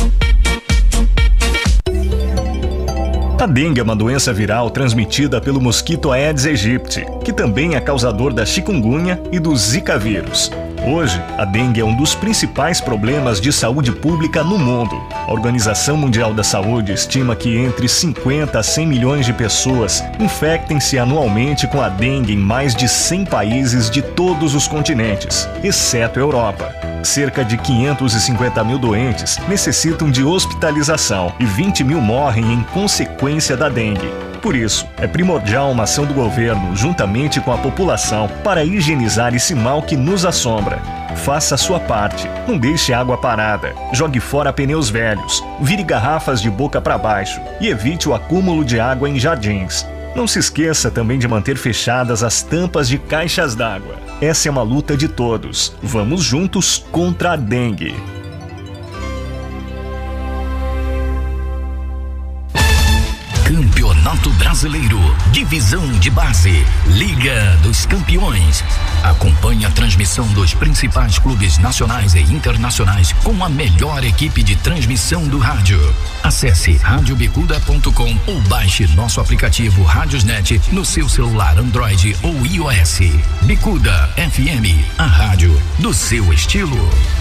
A dengue é uma doença viral transmitida pelo mosquito Aedes aegypti, que também é causador da chikungunya e do zika vírus. Hoje, a dengue é um dos principais problemas de saúde pública no mundo. A Organização Mundial da Saúde estima que entre cinquenta a cem milhões de pessoas infectem-se anualmente com a dengue em mais de cem países de todos os continentes, exceto a Europa. Cerca de quinhentos e cinquenta mil doentes necessitam de hospitalização e vinte mil morrem em consequência da dengue. Por isso, é primordial uma ação do governo, juntamente com a população, para higienizar esse mal que nos assombra. Faça a sua parte. Não deixe água parada. Jogue fora pneus velhos. Vire garrafas de boca para baixo. E evite o acúmulo de água em jardins. Não se esqueça também de manter fechadas as tampas de caixas d'água. Essa é uma luta de todos. Vamos juntos contra a dengue. Campeonato Brasileiro, Divisão de Base, Liga dos Campeões. Acompanhe a transmissão dos principais clubes nacionais e internacionais com a melhor equipe de transmissão do rádio. Acesse rádio bicuda ponto com ou baixe nosso aplicativo Radiosnet no seu celular Android ou iOS. Bicuda F M, a rádio do seu estilo.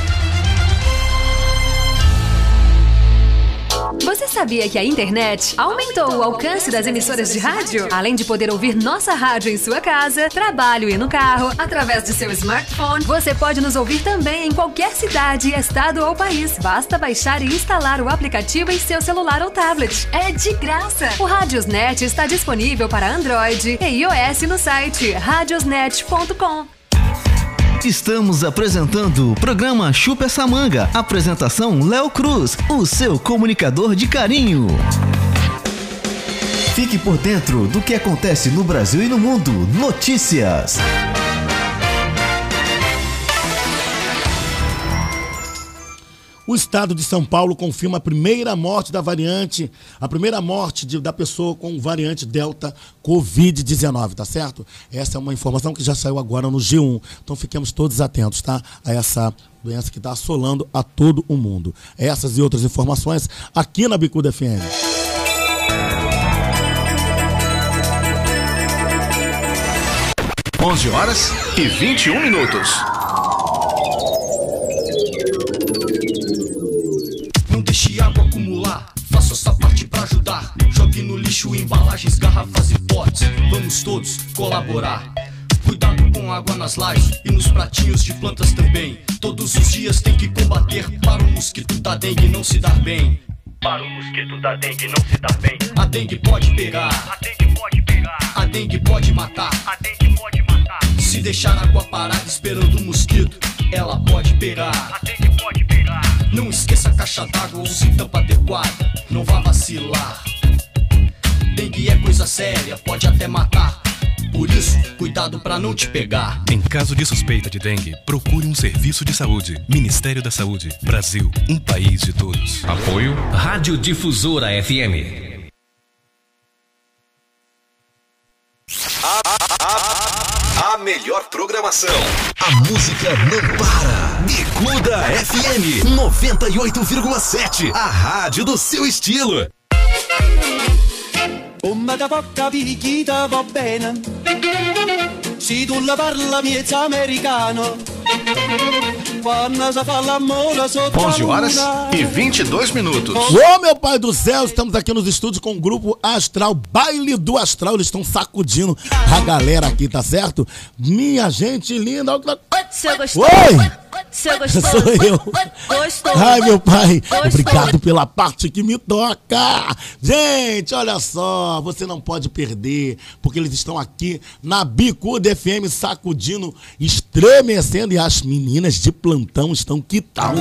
Você sabia que a internet aumentou o alcance das emissoras de rádio? Além de poder ouvir nossa rádio em sua casa, trabalho e no carro, através de seu smartphone, você pode nos ouvir também em qualquer cidade, estado ou país. Basta baixar e instalar o aplicativo em seu celular ou tablet. É de graça! O Radiosnet está disponível para Android e iOS no site radiosnet ponto com. Estamos apresentando o programa Chupa Essa Manga. Apresentação Léo Cruz, o seu comunicador de carinho. Fique por dentro do que acontece no Brasil e no mundo. Notícias. O estado de São Paulo confirma a primeira morte da variante, a primeira morte de, da pessoa com variante Delta covid dezenove, tá certo? Essa é uma informação que já saiu agora no G um. Então fiquemos todos atentos, tá? A essa doença que está assolando a todo o mundo. Essas e outras informações aqui na Bicuda F M. onze horas e vinte e um minutos. Deixe água acumular, faça sua parte pra ajudar. Jogue no lixo embalagens, garrafas e potes. Vamos todos colaborar. Cuidado com água nas lajes e nos pratinhos de plantas também. Todos os dias tem que combater para o mosquito da dengue não se dar bem. Para o mosquito da dengue não se dar bem. A dengue pode pegar, a dengue pode pegar. A dengue pode matar, a dengue pode matar. Se deixar a água parada esperando o mosquito, ela pode pegar, a dengue pode pegar. Não esqueça a caixa d'água ou se tampa adequada, não vá vacilar. Dengue é coisa séria, pode até matar. Por isso, cuidado pra não te pegar. Em caso de suspeita de dengue, procure um serviço de saúde. Ministério da Saúde, Brasil, um país de todos. Apoio Rádio Difusora F M. A, a, a, a melhor programação. A música não para. Bicuda F M noventa e oito vírgula sete. A rádio do seu estilo. Come da poca picchita va bene. Se tu la parla miezza americano. onze horas e vinte e dois minutos. Ô meu pai do céu, estamos aqui nos estúdios com o grupo Astral, Baile do Astral. Eles estão sacudindo a galera aqui, tá certo? Minha gente linda. Seu gostoso. Oi! Seu gostoso. Sou eu. Gostoso. Ai, meu pai. Gostoso. Obrigado pela parte que me toca. Gente, olha só. Você não pode perder, porque eles estão aqui na Bicuda F M sacudindo, estremecendo. E as meninas de plantão estão que tal?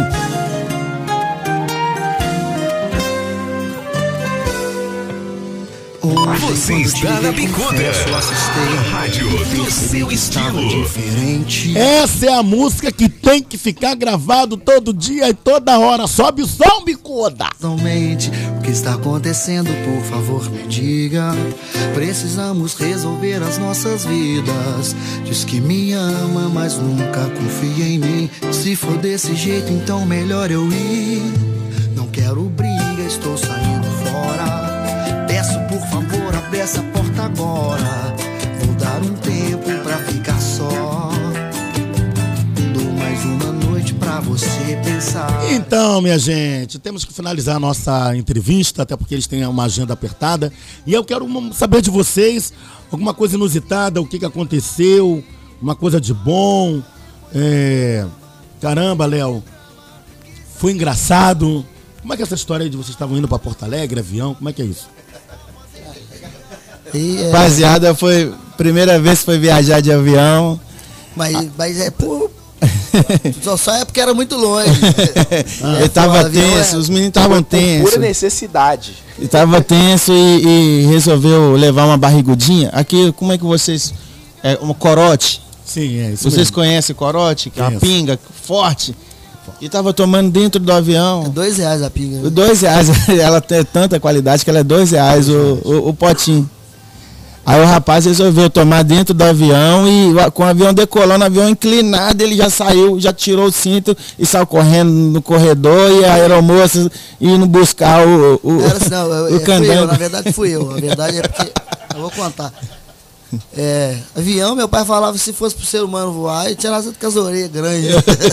Você está na Bicuda, rádio do seu estilo. Essa é a música que tem que ficar gravado todo dia e toda hora. Sobe o som, Bicuda. Totalmente, o que está acontecendo, por favor, me diga. Precisamos resolver as nossas vidas. Diz que me ama, mas nunca confia em mim. Se for desse jeito, então melhor eu ir. Não quero briga, estou saindo fora. Peço por favor, abre essa porta agora. Vou dar um tempo pra ficar só. Dou mais uma noite pra você pensar. Então, minha gente, temos que finalizar a nossa entrevista, até porque eles têm uma agenda apertada. E eu quero saber de vocês alguma coisa inusitada, o que, que aconteceu, uma coisa de bom. É... Caramba, Léo, foi engraçado. Como é que é essa história aí de vocês estavam indo pra Porto Alegre, avião? Como é que é isso? E, é... Rapaziada, foi primeira vez que foi viajar de avião. Mas, ah. mas é por... só, só é porque era muito longe. ah, é, eu tava tenso, é... os meninos estavam tensos. Pura necessidade. Eu tava tenso e, e resolveu levar uma barrigudinha. Aqui, como é que vocês... É um corote. Sim, é isso Vocês mesmo. Conhecem corote? Que é uma pinga forte. E tava tomando dentro do avião. É dois reais a pinga. Né? Dois reais. Ela tem tanta qualidade que ela é dois reais o, o, o potinho. Aí o rapaz resolveu tomar dentro do avião e com o avião decolando, o avião inclinado, ele já saiu, já tirou o cinto e saiu correndo no corredor e a aeromoça indo buscar o, o, Era, não, eu, o candango. Eu, na verdade fui eu. A verdade é porque, eu vou contar. É, avião, meu pai falava se fosse pro ser humano voar, e tinha nascido com as orelhas grandes.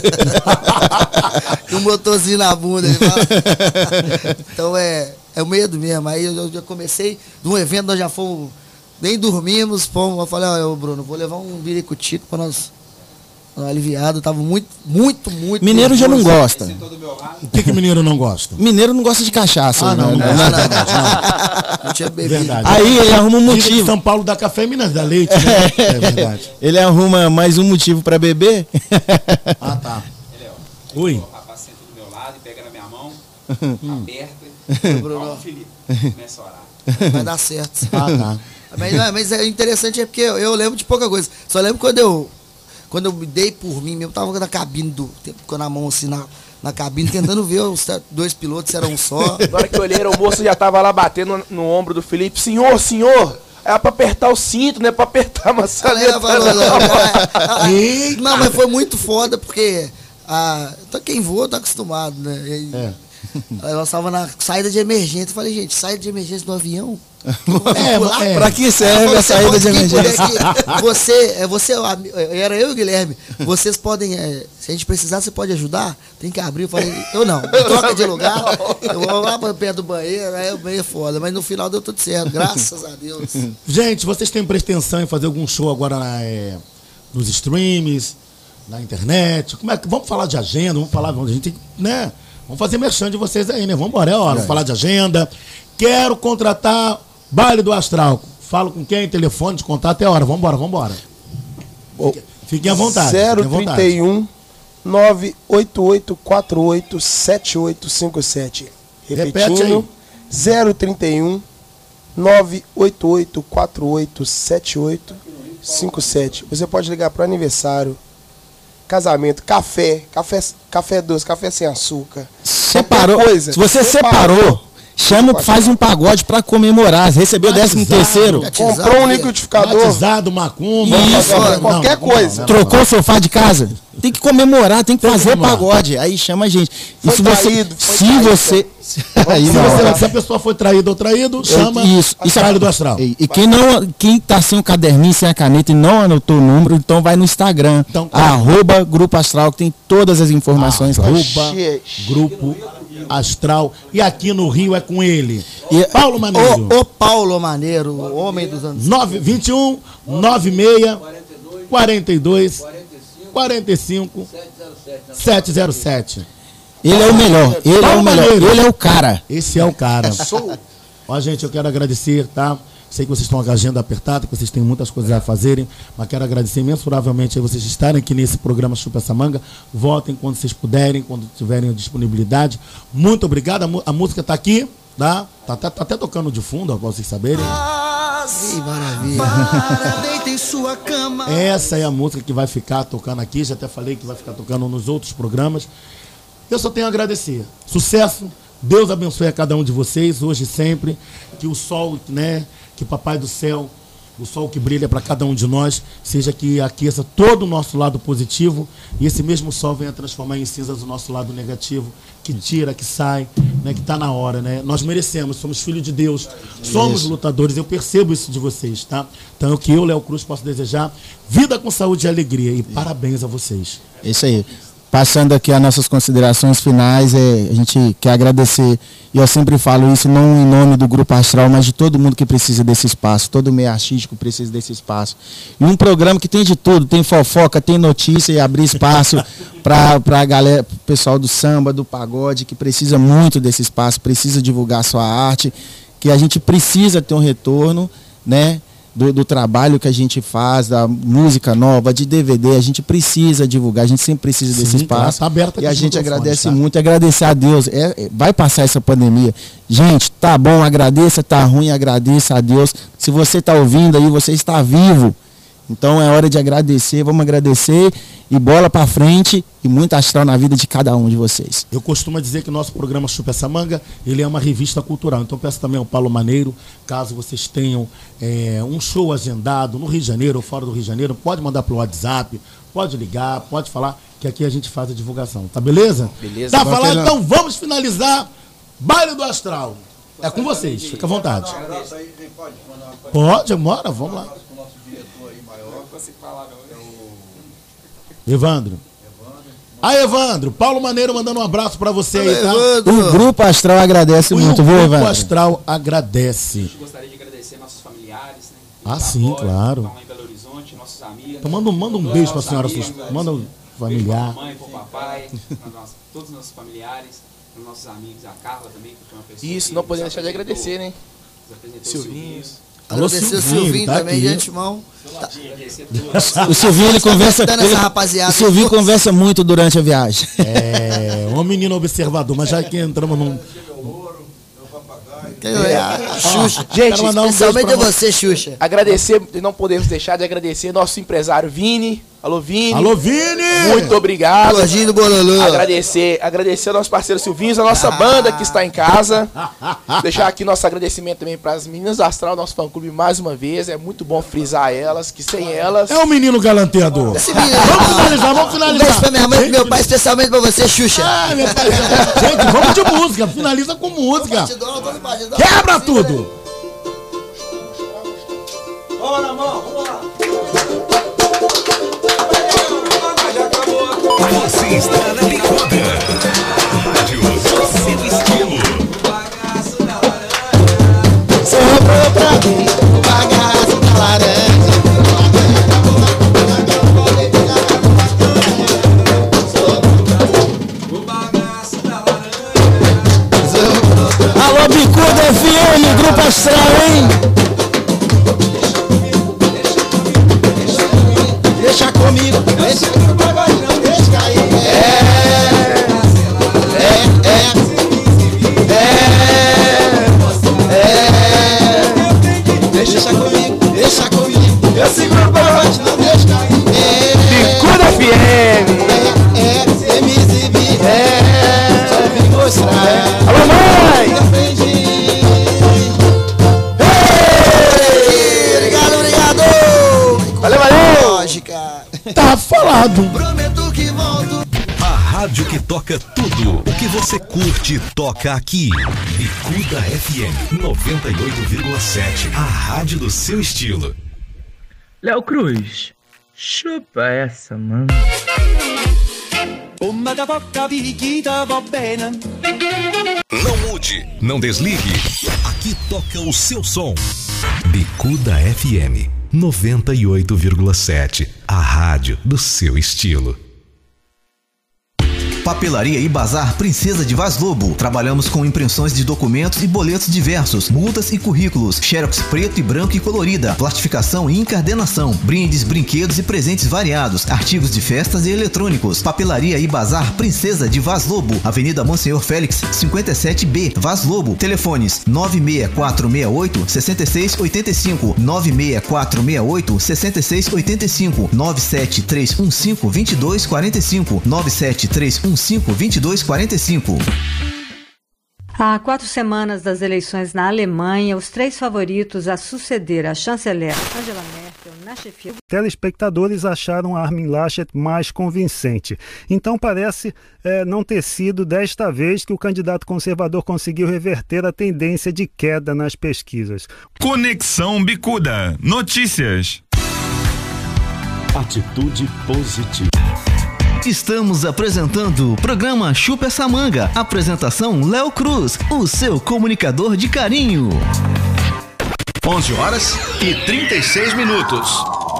E um motorzinho na bunda. Ele fala. Então é, é o medo mesmo. Aí eu, eu já comecei de um evento, nós já fomos, nem dormimos, fomos, eu falei, ó, Bruno, vou levar um biricutico pra nós. Aliviado, tava muito, muito, muito. Mineiro já não gosta. O que que mineiro não gosta? Mineiro não gosta de cachaça. Ah, não, não, não, não, não, não, não, não. Não tinha bebido. Verdade. Aí ele arruma um motivo. São Paulo dá café em Minas dá leite, né? É verdade. Ele arruma mais um motivo pra beber. Ah, tá. Ele, ó, Ui. O rapaz senta do meu lado e pega na minha mão, aperta, Bruno, Felipe, começa a orar. Vai dar certo. Ah, tá. Mas, mas é interessante é porque eu, eu lembro de pouca coisa. Só lembro quando eu quando eu me dei por mim mesmo, tava na cabine do com a mão assim na, na cabine, tentando ver os dois pilotos, se era um só. Na hora que eu olhei, o moço já tava lá batendo no, no ombro do Felipe. Senhor, senhor, é pra apertar o cinto, não é pra apertar a maçaneta. Falou, não, não, não, mas foi muito foda, porque ah, então quem voa tá acostumado, né? E, é. Eu estava na saída de emergência. Eu falei, gente, saída de emergência do avião? É, é. Pra que serve a saída de emergência? Você, é, você, era eu e o Guilherme. Vocês podem, é, se a gente precisar, você pode ajudar? Tem que abrir. Eu falei, eu não. Troca de lugar. Eu vou lá para perto do banheiro. Aí o banheiro é foda. Mas no final deu tudo certo, graças a Deus. Gente, vocês têm pretensão em fazer algum show agora na, é, nos streams, na internet? Como é que, vamos falar de agenda, vamos falar, a gente tem, né? Vamos fazer merchan de vocês aí, né? Vamos embora, é hora. Vamos falar de agenda. Quero contratar Baile do Astral. Falo com quem? Telefone de contato, é hora. Vamos embora, vamos embora. Fiquem, fiquem à vontade. zero trinta e um, nove oito oito quatro oito sete oito cinco sete. Repetindo. zero trinta e um, nove oito oito quatro oito sete oito cinco sete. Você pode ligar para aniversário, casamento, café, café, café doce, café sem açúcar. Separou. Coisa. Se você separou, separou chama, faz um pagode pra comemorar. Recebeu o décimo terceiro. Comprou um liquidificador. Batizado, macumba. Isso, qualquer, qualquer não, coisa. Não, não, Trocou o sofá de casa. Tem que comemorar, tem que tem fazer que pagode. Aí chama a gente. Foi e se traído, você. Se traído, você. Aí, se, você se a pessoa foi traída ou traído, chama isso, o Baile do Astral. E, e quem, não, quem tá sem o caderninho, sem a caneta e não anotou o número, então vai no Instagram. Então, tá. Arroba Grupo Astral, que tem todas as informações. Arroba Grupo Astral. E aqui no Rio é com ele. E, Paulo Maneiro. O, o Paulo Maneiro, o homem dos anos. vinte e um, noventa e seis, quarenta e dois, quarenta e cinco, sete zero sete. Ele é o melhor, ele Paulo é o melhor, Maneiro. Ele é o cara. Esse é o cara. Ó, gente, eu quero agradecer, tá? Sei que vocês estão com a agenda apertada, que vocês têm muitas coisas a fazerem, mas quero agradecer mensuravelmente a vocês estarem aqui nesse programa Chupa Essa Manga. Votem quando vocês puderem, quando tiverem disponibilidade. Muito obrigado. A, a música está aqui. tá? Tá, tá, tá até tocando de fundo, ó, pra vocês saberem. Que maravilha. Deita em sua cama. Essa é a música que vai ficar tocando aqui, já até falei que vai ficar tocando nos outros programas. Eu só tenho a agradecer. Sucesso, Deus abençoe a cada um de vocês, hoje e sempre. Que o sol, né, que o Papai do Céu, o sol que brilha para cada um de nós, seja que aqueça todo o nosso lado positivo e esse mesmo sol venha transformar em cinzas o nosso lado negativo, que tira, que sai, né, que está na hora, né? Nós merecemos, somos filhos de Deus, somos Isso. lutadores, eu percebo isso de vocês, tá? Então, o que eu, Léo Cruz, posso desejar vida com saúde e alegria e parabéns a vocês. Isso aí. Passando aqui as nossas considerações finais, é, a gente quer agradecer, e eu sempre falo isso não em nome do Grupo Astral, mas de todo mundo que precisa desse espaço, todo meio artístico precisa desse espaço. E um programa que tem de tudo, tem fofoca, tem notícia e abrir espaço para a galera, pro pessoal do samba, do pagode, que precisa muito desse espaço, precisa divulgar sua arte, que a gente precisa ter um retorno, né? Do, do trabalho que a gente faz, da música nova, de D V D, a gente precisa divulgar, a gente sempre precisa desse Sim, claro, espaço. tá aberto e a aqui gente os microfones, agradece tá? muito, agradecer a Deus. É, é, vai passar essa pandemia. Gente, tá bom, agradeça, tá ruim, agradeça a Deus. Se você tá ouvindo aí, você está vivo. Então é hora de agradecer, vamos agradecer e bola pra frente e muito astral na vida de cada um de vocês. Eu costumo dizer que o nosso programa Chupa Essa Manga, ele é uma revista cultural. Então peço também ao Paulo Maneiro, caso vocês tenham é, um show agendado no Rio de Janeiro ou fora do Rio de Janeiro, pode mandar pelo WhatsApp, pode ligar, pode falar, que aqui a gente faz a divulgação. Tá beleza? Beleza. Tá falando? Então vamos finalizar Baile do Astral. É com vocês, fica à vontade. Pode, bora, vamos lá. Evandro. Ah, Evandro, Paulo Maneiro mandando um abraço pra você aí, tá? O Grupo Astral agradece O muito, viu, Grupo Evandro? Astral agradece. A gente gostaria de agradecer nossos familiares, né? Ah, sim, claro. Estão lá em Belo Horizonte, nossos amigos. Então manda, um- manda um beijo pra senhora, sus- manda um familiar. Para a mãe, para o papai, para nós, todos os nossos familiares, para os nossos amigos, a Carla também, que foi uma pessoa. Isso, que não podemos nos deixar de apresentou- agradecer, né? nos apresentou Silvinho. Alô, Agradecer o Silvinho, Silvinho tá também, aqui. de antemão. Tá. O Silvinho ele conversa, Dando ele- essa rapaziada. o Silvinho conversa muito durante a viagem. É, um menino observador, mas já que entramos num. É, a Xuxa. Gente, Quero mandar um especialmente beijo pra a você, Xuxa. Agradecer, não podemos deixar de agradecer nosso empresário Vini. Alô, Vini. Alô, Vini! Muito obrigado. Lojinho do Bololô. Agradecer, agradecer ao nosso parceiro Silvinho, a nossa banda que está em casa. Deixar aqui nosso agradecimento também para as meninas do Astral, nosso fã-clube, mais uma vez. É muito bom frisar elas, que sem elas... É o menino galanteador. Esse menino. Vamos finalizar, vamos Um finalizar. beijo pra minha mãe e pro meu pai, especialmente pra você, Xuxa. Ah, meu pai. Gente, vamos de música, finaliza com música. Quebra tudo! Vamos na mão, vamos lá. Você está na Bicuda. Rádio do seu estilo. Sobrou pra mim o bagaço da laranja. Alô, Bicuda F M, Grupo Astral, hein? Deixa comigo, deixa comigo, não deixa cair. É, é, é, é, deixa comigo, deixa comigo. Eu seguro o pagode, não deixa cair. É, Bicuda F M. É, é, me exibir. É, só vim mostrar. Alô, mãe! Obrigado, obrigado. Valeu, valeu! Lógica. Tá falado. Prometo que volto. A rádio que toca tudo o que você curte toca aqui. Bicuda F M noventa e oito vírgula sete, a rádio do seu estilo. Léo Cruz, chupa essa, mano. Uma da boca periquita va bene. Não mude, não desligue. Aqui toca o seu som. Bicuda F M noventa e oito vírgula sete, a rádio do seu estilo. Papelaria e Bazar Princesa de Vaz Lobo. Trabalhamos com impressões de documentos e boletos diversos, multas e currículos, xerox preto e branco e colorida, plastificação e encardenação, brindes, brinquedos e presentes variados, artigos de festas e eletrônicos. Papelaria e Bazar Princesa de Vaz Lobo, Avenida Monsenhor Félix, cinquenta e sete B, Vaz Lobo. Telefones nove seis quatro seis oito, seis seis oito cinco, nove seis quatro seis oito, seis seis oito cinco, nove sete três um cinco, dois dois quatro cinco, nove sete três um cinco, dois dois quatro cinco. Há quatro semanas das eleições na Alemanha, os três favoritos a suceder a chanceler Angela Merkel na chefia. Telespectadores acharam Armin Laschet mais convincente. Então parece é, não ter sido desta vez que o candidato conservador conseguiu reverter a tendência de queda nas pesquisas. Conexão Bicuda. Notícias. Atitude positiva. Estamos apresentando o programa Chupa Essa Manga. Apresentação Léo Cruz, o seu comunicador de carinho. onze horas e trinta e seis minutos.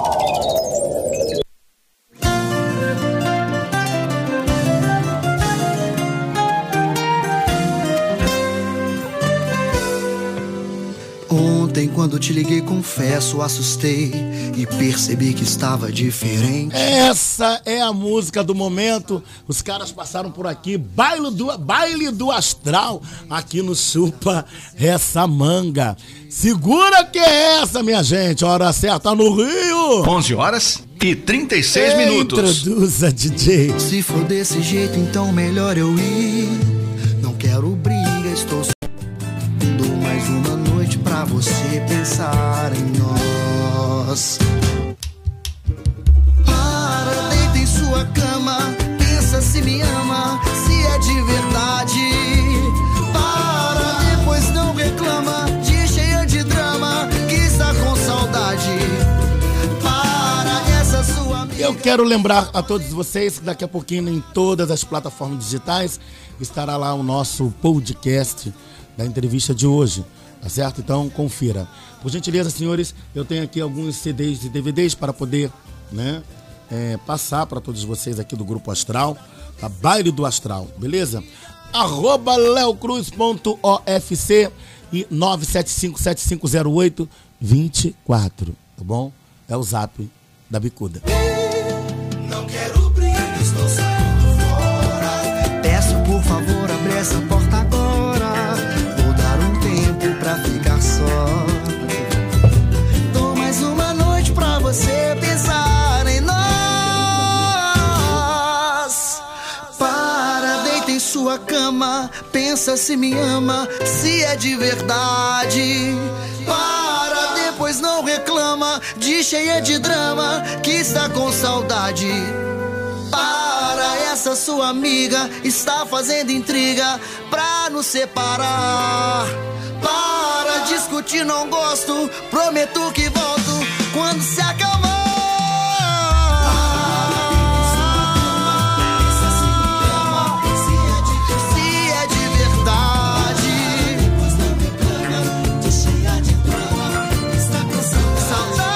Ontem, quando te liguei, confesso, assustei e percebi que estava diferente. Essa é a música do momento. Os caras passaram por aqui, baile do, baile do astral, aqui no Chupa Essa Manga. Segura que é essa, minha gente. Hora certa no Rio. onze horas e trinta e seis minutos. Introduza, D J. Se for desse jeito, então melhor eu ir. Não quero briga, estou só dou mais uma noite pra você pensar em nós. Para, deita em sua cama, pensa se me ama, se é de verdade. Para, depois não reclama, de cheia de drama, que está com saudade. Para, essa sua amiga. Eu quero lembrar a todos vocês que daqui a pouquinho em todas as plataformas digitais estará lá o nosso podcast da entrevista de hoje, tá certo? Então confira. Por gentileza, senhores, eu tenho aqui alguns C Ds e D V Ds para poder, né, é, passar para todos vocês aqui do Grupo Astral, tá? Baile do Astral, beleza? Arroba leocruz.ofc e nove sete cinco sete cinco zero oito dois quatro, tá bom? É o zap da Bicuda. Não quero briga, estou saindo fora. Peço por favor, abre essa porta agora. Vou dar um tempo pra ficar só. Dou mais uma noite pra você pensar em nós. Para, deita em sua cama, pensa se me ama, se é de verdade. Para, depois não reclama, de cheia de drama, que está com saudade. Para, essa sua amiga está fazendo intriga pra nos separar. Para, discutir não gosto, prometo que volto quando se acalmar. Se é de verdade, depois não reclama, de cheia de drama, está com saudade.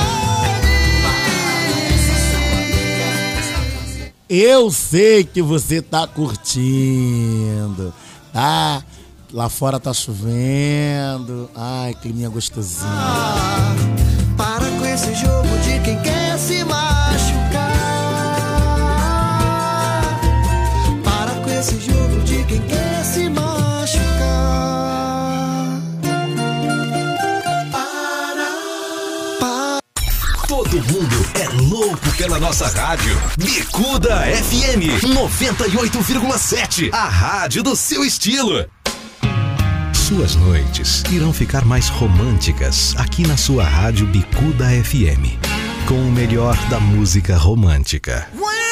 Eu sei que você tá curtindo, tá? Lá fora tá chovendo. Ai, climinha gostosinho. Ah, para com esse jogo de quem quer se machucar. Para com esse jogo de quem quer se machucar. Para, para. Todo mundo é louco pela nossa rádio. Bicuda F M noventa e oito vírgula sete. A rádio do seu estilo. Suas noites irão ficar mais românticas aqui na sua rádio Bicuda F M, com o melhor da música romântica.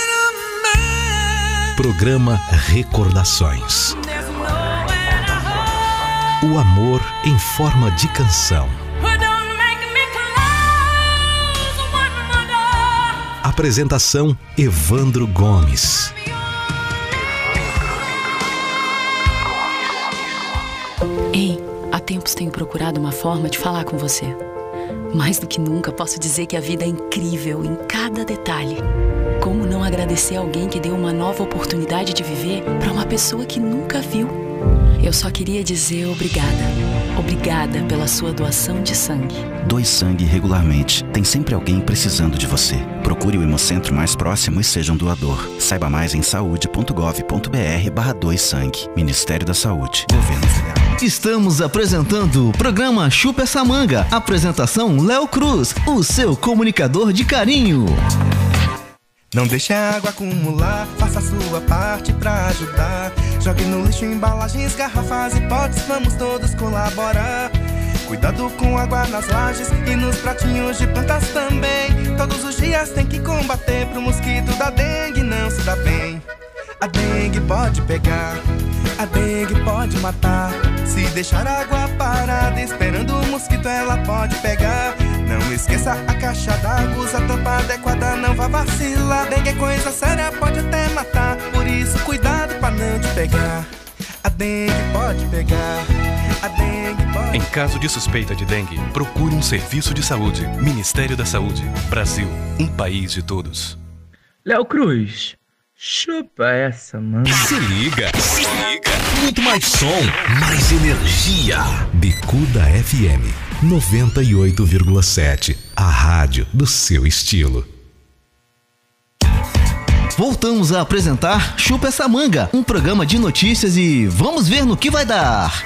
Programa Recordações. O amor em forma de canção. Apresentação Evandro Gomes. Ei, há tempos tenho procurado uma forma de falar com você. Mais do que nunca, posso dizer que a vida é incrível em cada detalhe. Como não agradecer alguém que deu uma nova oportunidade de viver para uma pessoa que nunca viu? Eu só queria dizer obrigada. Obrigada pela sua doação de sangue. Doe sangue regularmente. Tem sempre alguém precisando de você. Procure o Hemocentro mais próximo e seja um doador. Saiba mais em saúde ponto gov ponto br barra doe sangue. Ministério da Saúde. Governo Federal. Estamos apresentando o programa Chupa Essa Manga. Apresentação Léo Cruz, o seu comunicador de carinho. Não deixe a água acumular, faça a sua parte pra ajudar. Jogue no lixo embalagens, garrafas e potes, vamos todos colaborar. Cuidado com água nas lajes e nos pratinhos de plantas também. Todos os dias tem que combater pro mosquito da dengue não se dá bem. A dengue pode pegar, a dengue pode matar. Se deixar a água parada esperando o mosquito ela pode pegar. Não esqueça a caixa d'água, usa a tampa adequada, não vá vacilar. Dengue é coisa séria, pode até matar, por isso cuidado pra não te pegar. A dengue pode pegar, a dengue pode... Em caso de suspeita de dengue, procure um serviço de saúde. Ministério da Saúde. Brasil, um país de todos. Léo Cruz, chupa essa, mano. Se liga, se liga. Muito mais som, mais energia. Bicuda F M noventa e oito vírgula sete. A rádio do seu estilo. Voltamos a apresentar Chupa Essa Manga, um programa de notícias e vamos ver no que vai dar.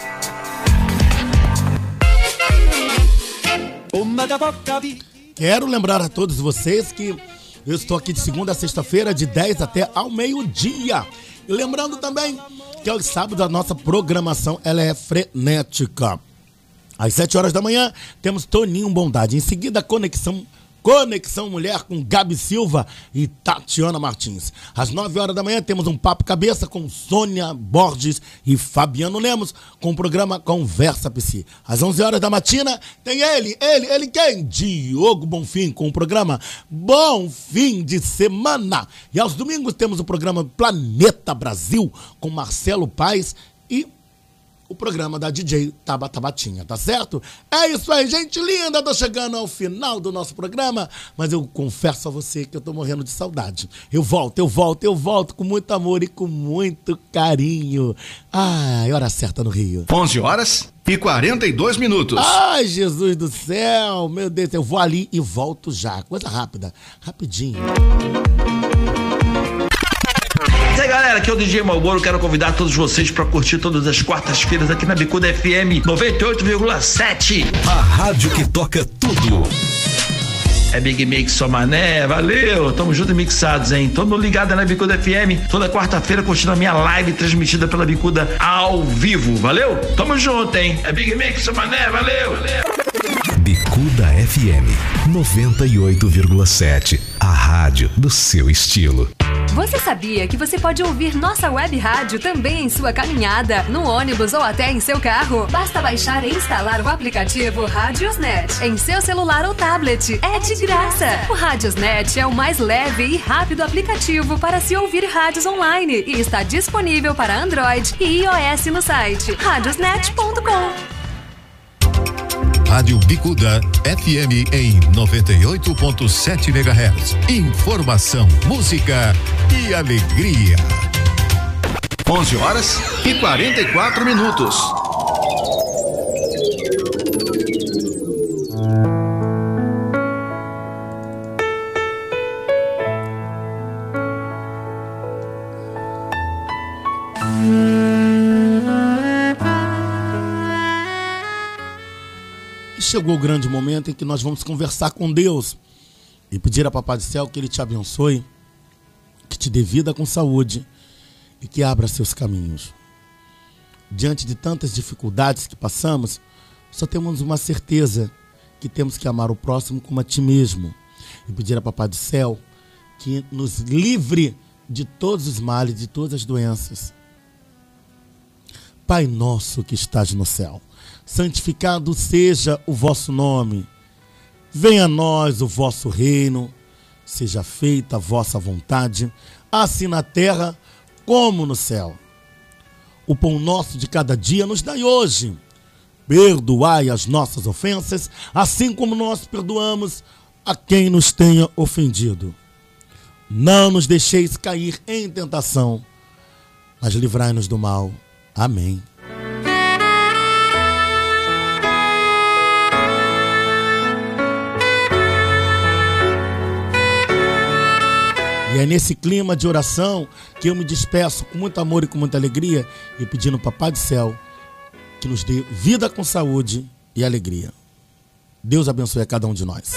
Quero lembrar a todos vocês que eu estou aqui de segunda a sexta-feira, de dez até ao meio-dia. E lembrando também que aos sábados a nossa programação ela é frenética. Às sete horas da manhã temos Toninho Bondade. Em seguida, Conexão Conexão Mulher com Gabi Silva e Tatiana Martins. Às nove horas da manhã temos um Papo Cabeça com Sônia Borges e Fabiano Lemos com o programa Conversa Psi. Às onze horas da matina tem ele, ele, ele quem? Diogo Bonfim com o programa Bom Fim de Semana. E aos domingos temos o programa Planeta Brasil com Marcelo Paes e o programa da D J Taba Tabatinha, tá certo? É isso aí, gente linda, tô chegando ao final do nosso programa, mas eu confesso a você que eu tô morrendo de saudade. Eu volto, eu volto, eu volto com muito amor e com muito carinho. Ai, hora certa no Rio. onze horas e quarenta e dois minutos. Ai, Jesus do céu, meu Deus, eu vou ali e volto já, coisa rápida, rapidinho. E aí galera, aqui é o D J Malboro, quero convidar todos vocês para curtir todas as quartas-feiras aqui na Bicuda F M noventa e oito vírgula sete. A rádio que toca tudo. É Big Mix, só mané, valeu, tamo junto e mixados, hein? Todo mundo ligado na Bicuda F M, toda quarta-feira curtindo a minha live transmitida pela Bicuda ao vivo, valeu? Tamo junto, hein? É Big Mix, só mané, valeu, valeu. Bicuda F M noventa e oito vírgula sete. A rádio do seu estilo. Você sabia que você pode ouvir nossa web rádio também em sua caminhada, no ônibus ou até em seu carro? Basta baixar e instalar o aplicativo Radiosnet em seu celular ou tablet. É de graça! O Radiosnet é o mais leve e rápido aplicativo para se ouvir rádios online e está disponível para Android e iOS no site radiosnet ponto com. Rádio Bicuda F M em noventa e oito vírgula sete megahertz. Informação, música e alegria. onze horas e quarenta e quatro minutos. Chegou o grande momento em que nós vamos conversar com Deus e pedir a Papai do Céu que Ele te abençoe, que te dê vida com saúde e que abra seus caminhos. Diante de tantas dificuldades que passamos, só temos uma certeza, que temos que amar o próximo como a ti mesmo e pedir a Papai do Céu que nos livre de todos os males, de todas as doenças. Pai nosso que estás no céu, santificado seja o vosso nome. Venha a nós o vosso reino. Seja feita a vossa vontade, assim na terra como no céu. O pão nosso de cada dia nos dai hoje. Perdoai as nossas ofensas, assim como nós perdoamos a quem nos tenha ofendido. Não nos deixeis cair em tentação, mas livrai-nos do mal. Amém. E é nesse clima de oração que eu me despeço com muito amor e com muita alegria e pedindo ao Papai do Céu que nos dê vida com saúde e alegria. Deus abençoe a cada um de nós.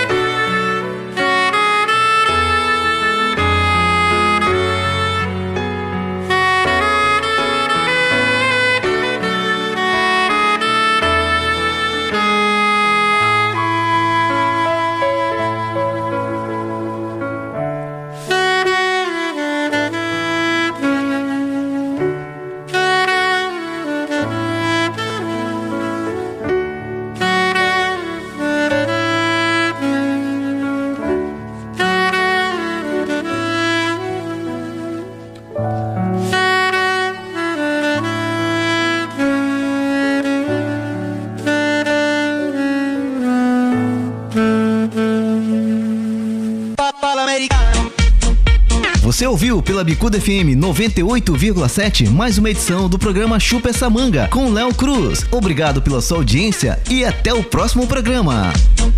Você ouviu pela Bicuda F M noventa e oito vírgula sete mais uma edição do programa Chupa Essa Manga com Léo Cruz. Obrigado pela sua audiência e até o próximo programa.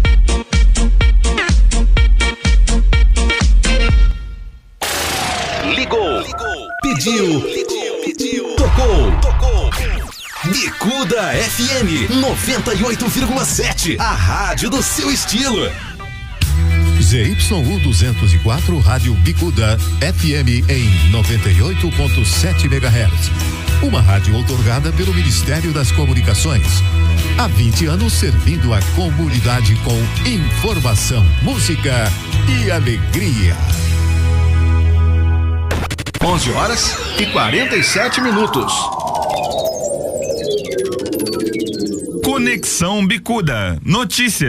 Ligou, ligou, pediu, pediu, pediu, tocou, tocou. Bicuda F M noventa e oito vírgula sete, a rádio do seu estilo. Z Y U duzentos e quatro, Rádio Bicuda F M em noventa e oito ponto sete megahertz. Uma rádio outorgada pelo Ministério das Comunicações. Há vinte anos servindo a comunidade com informação, música e alegria. onze horas e quarenta e sete minutos. Conexão Bicuda. Notícias.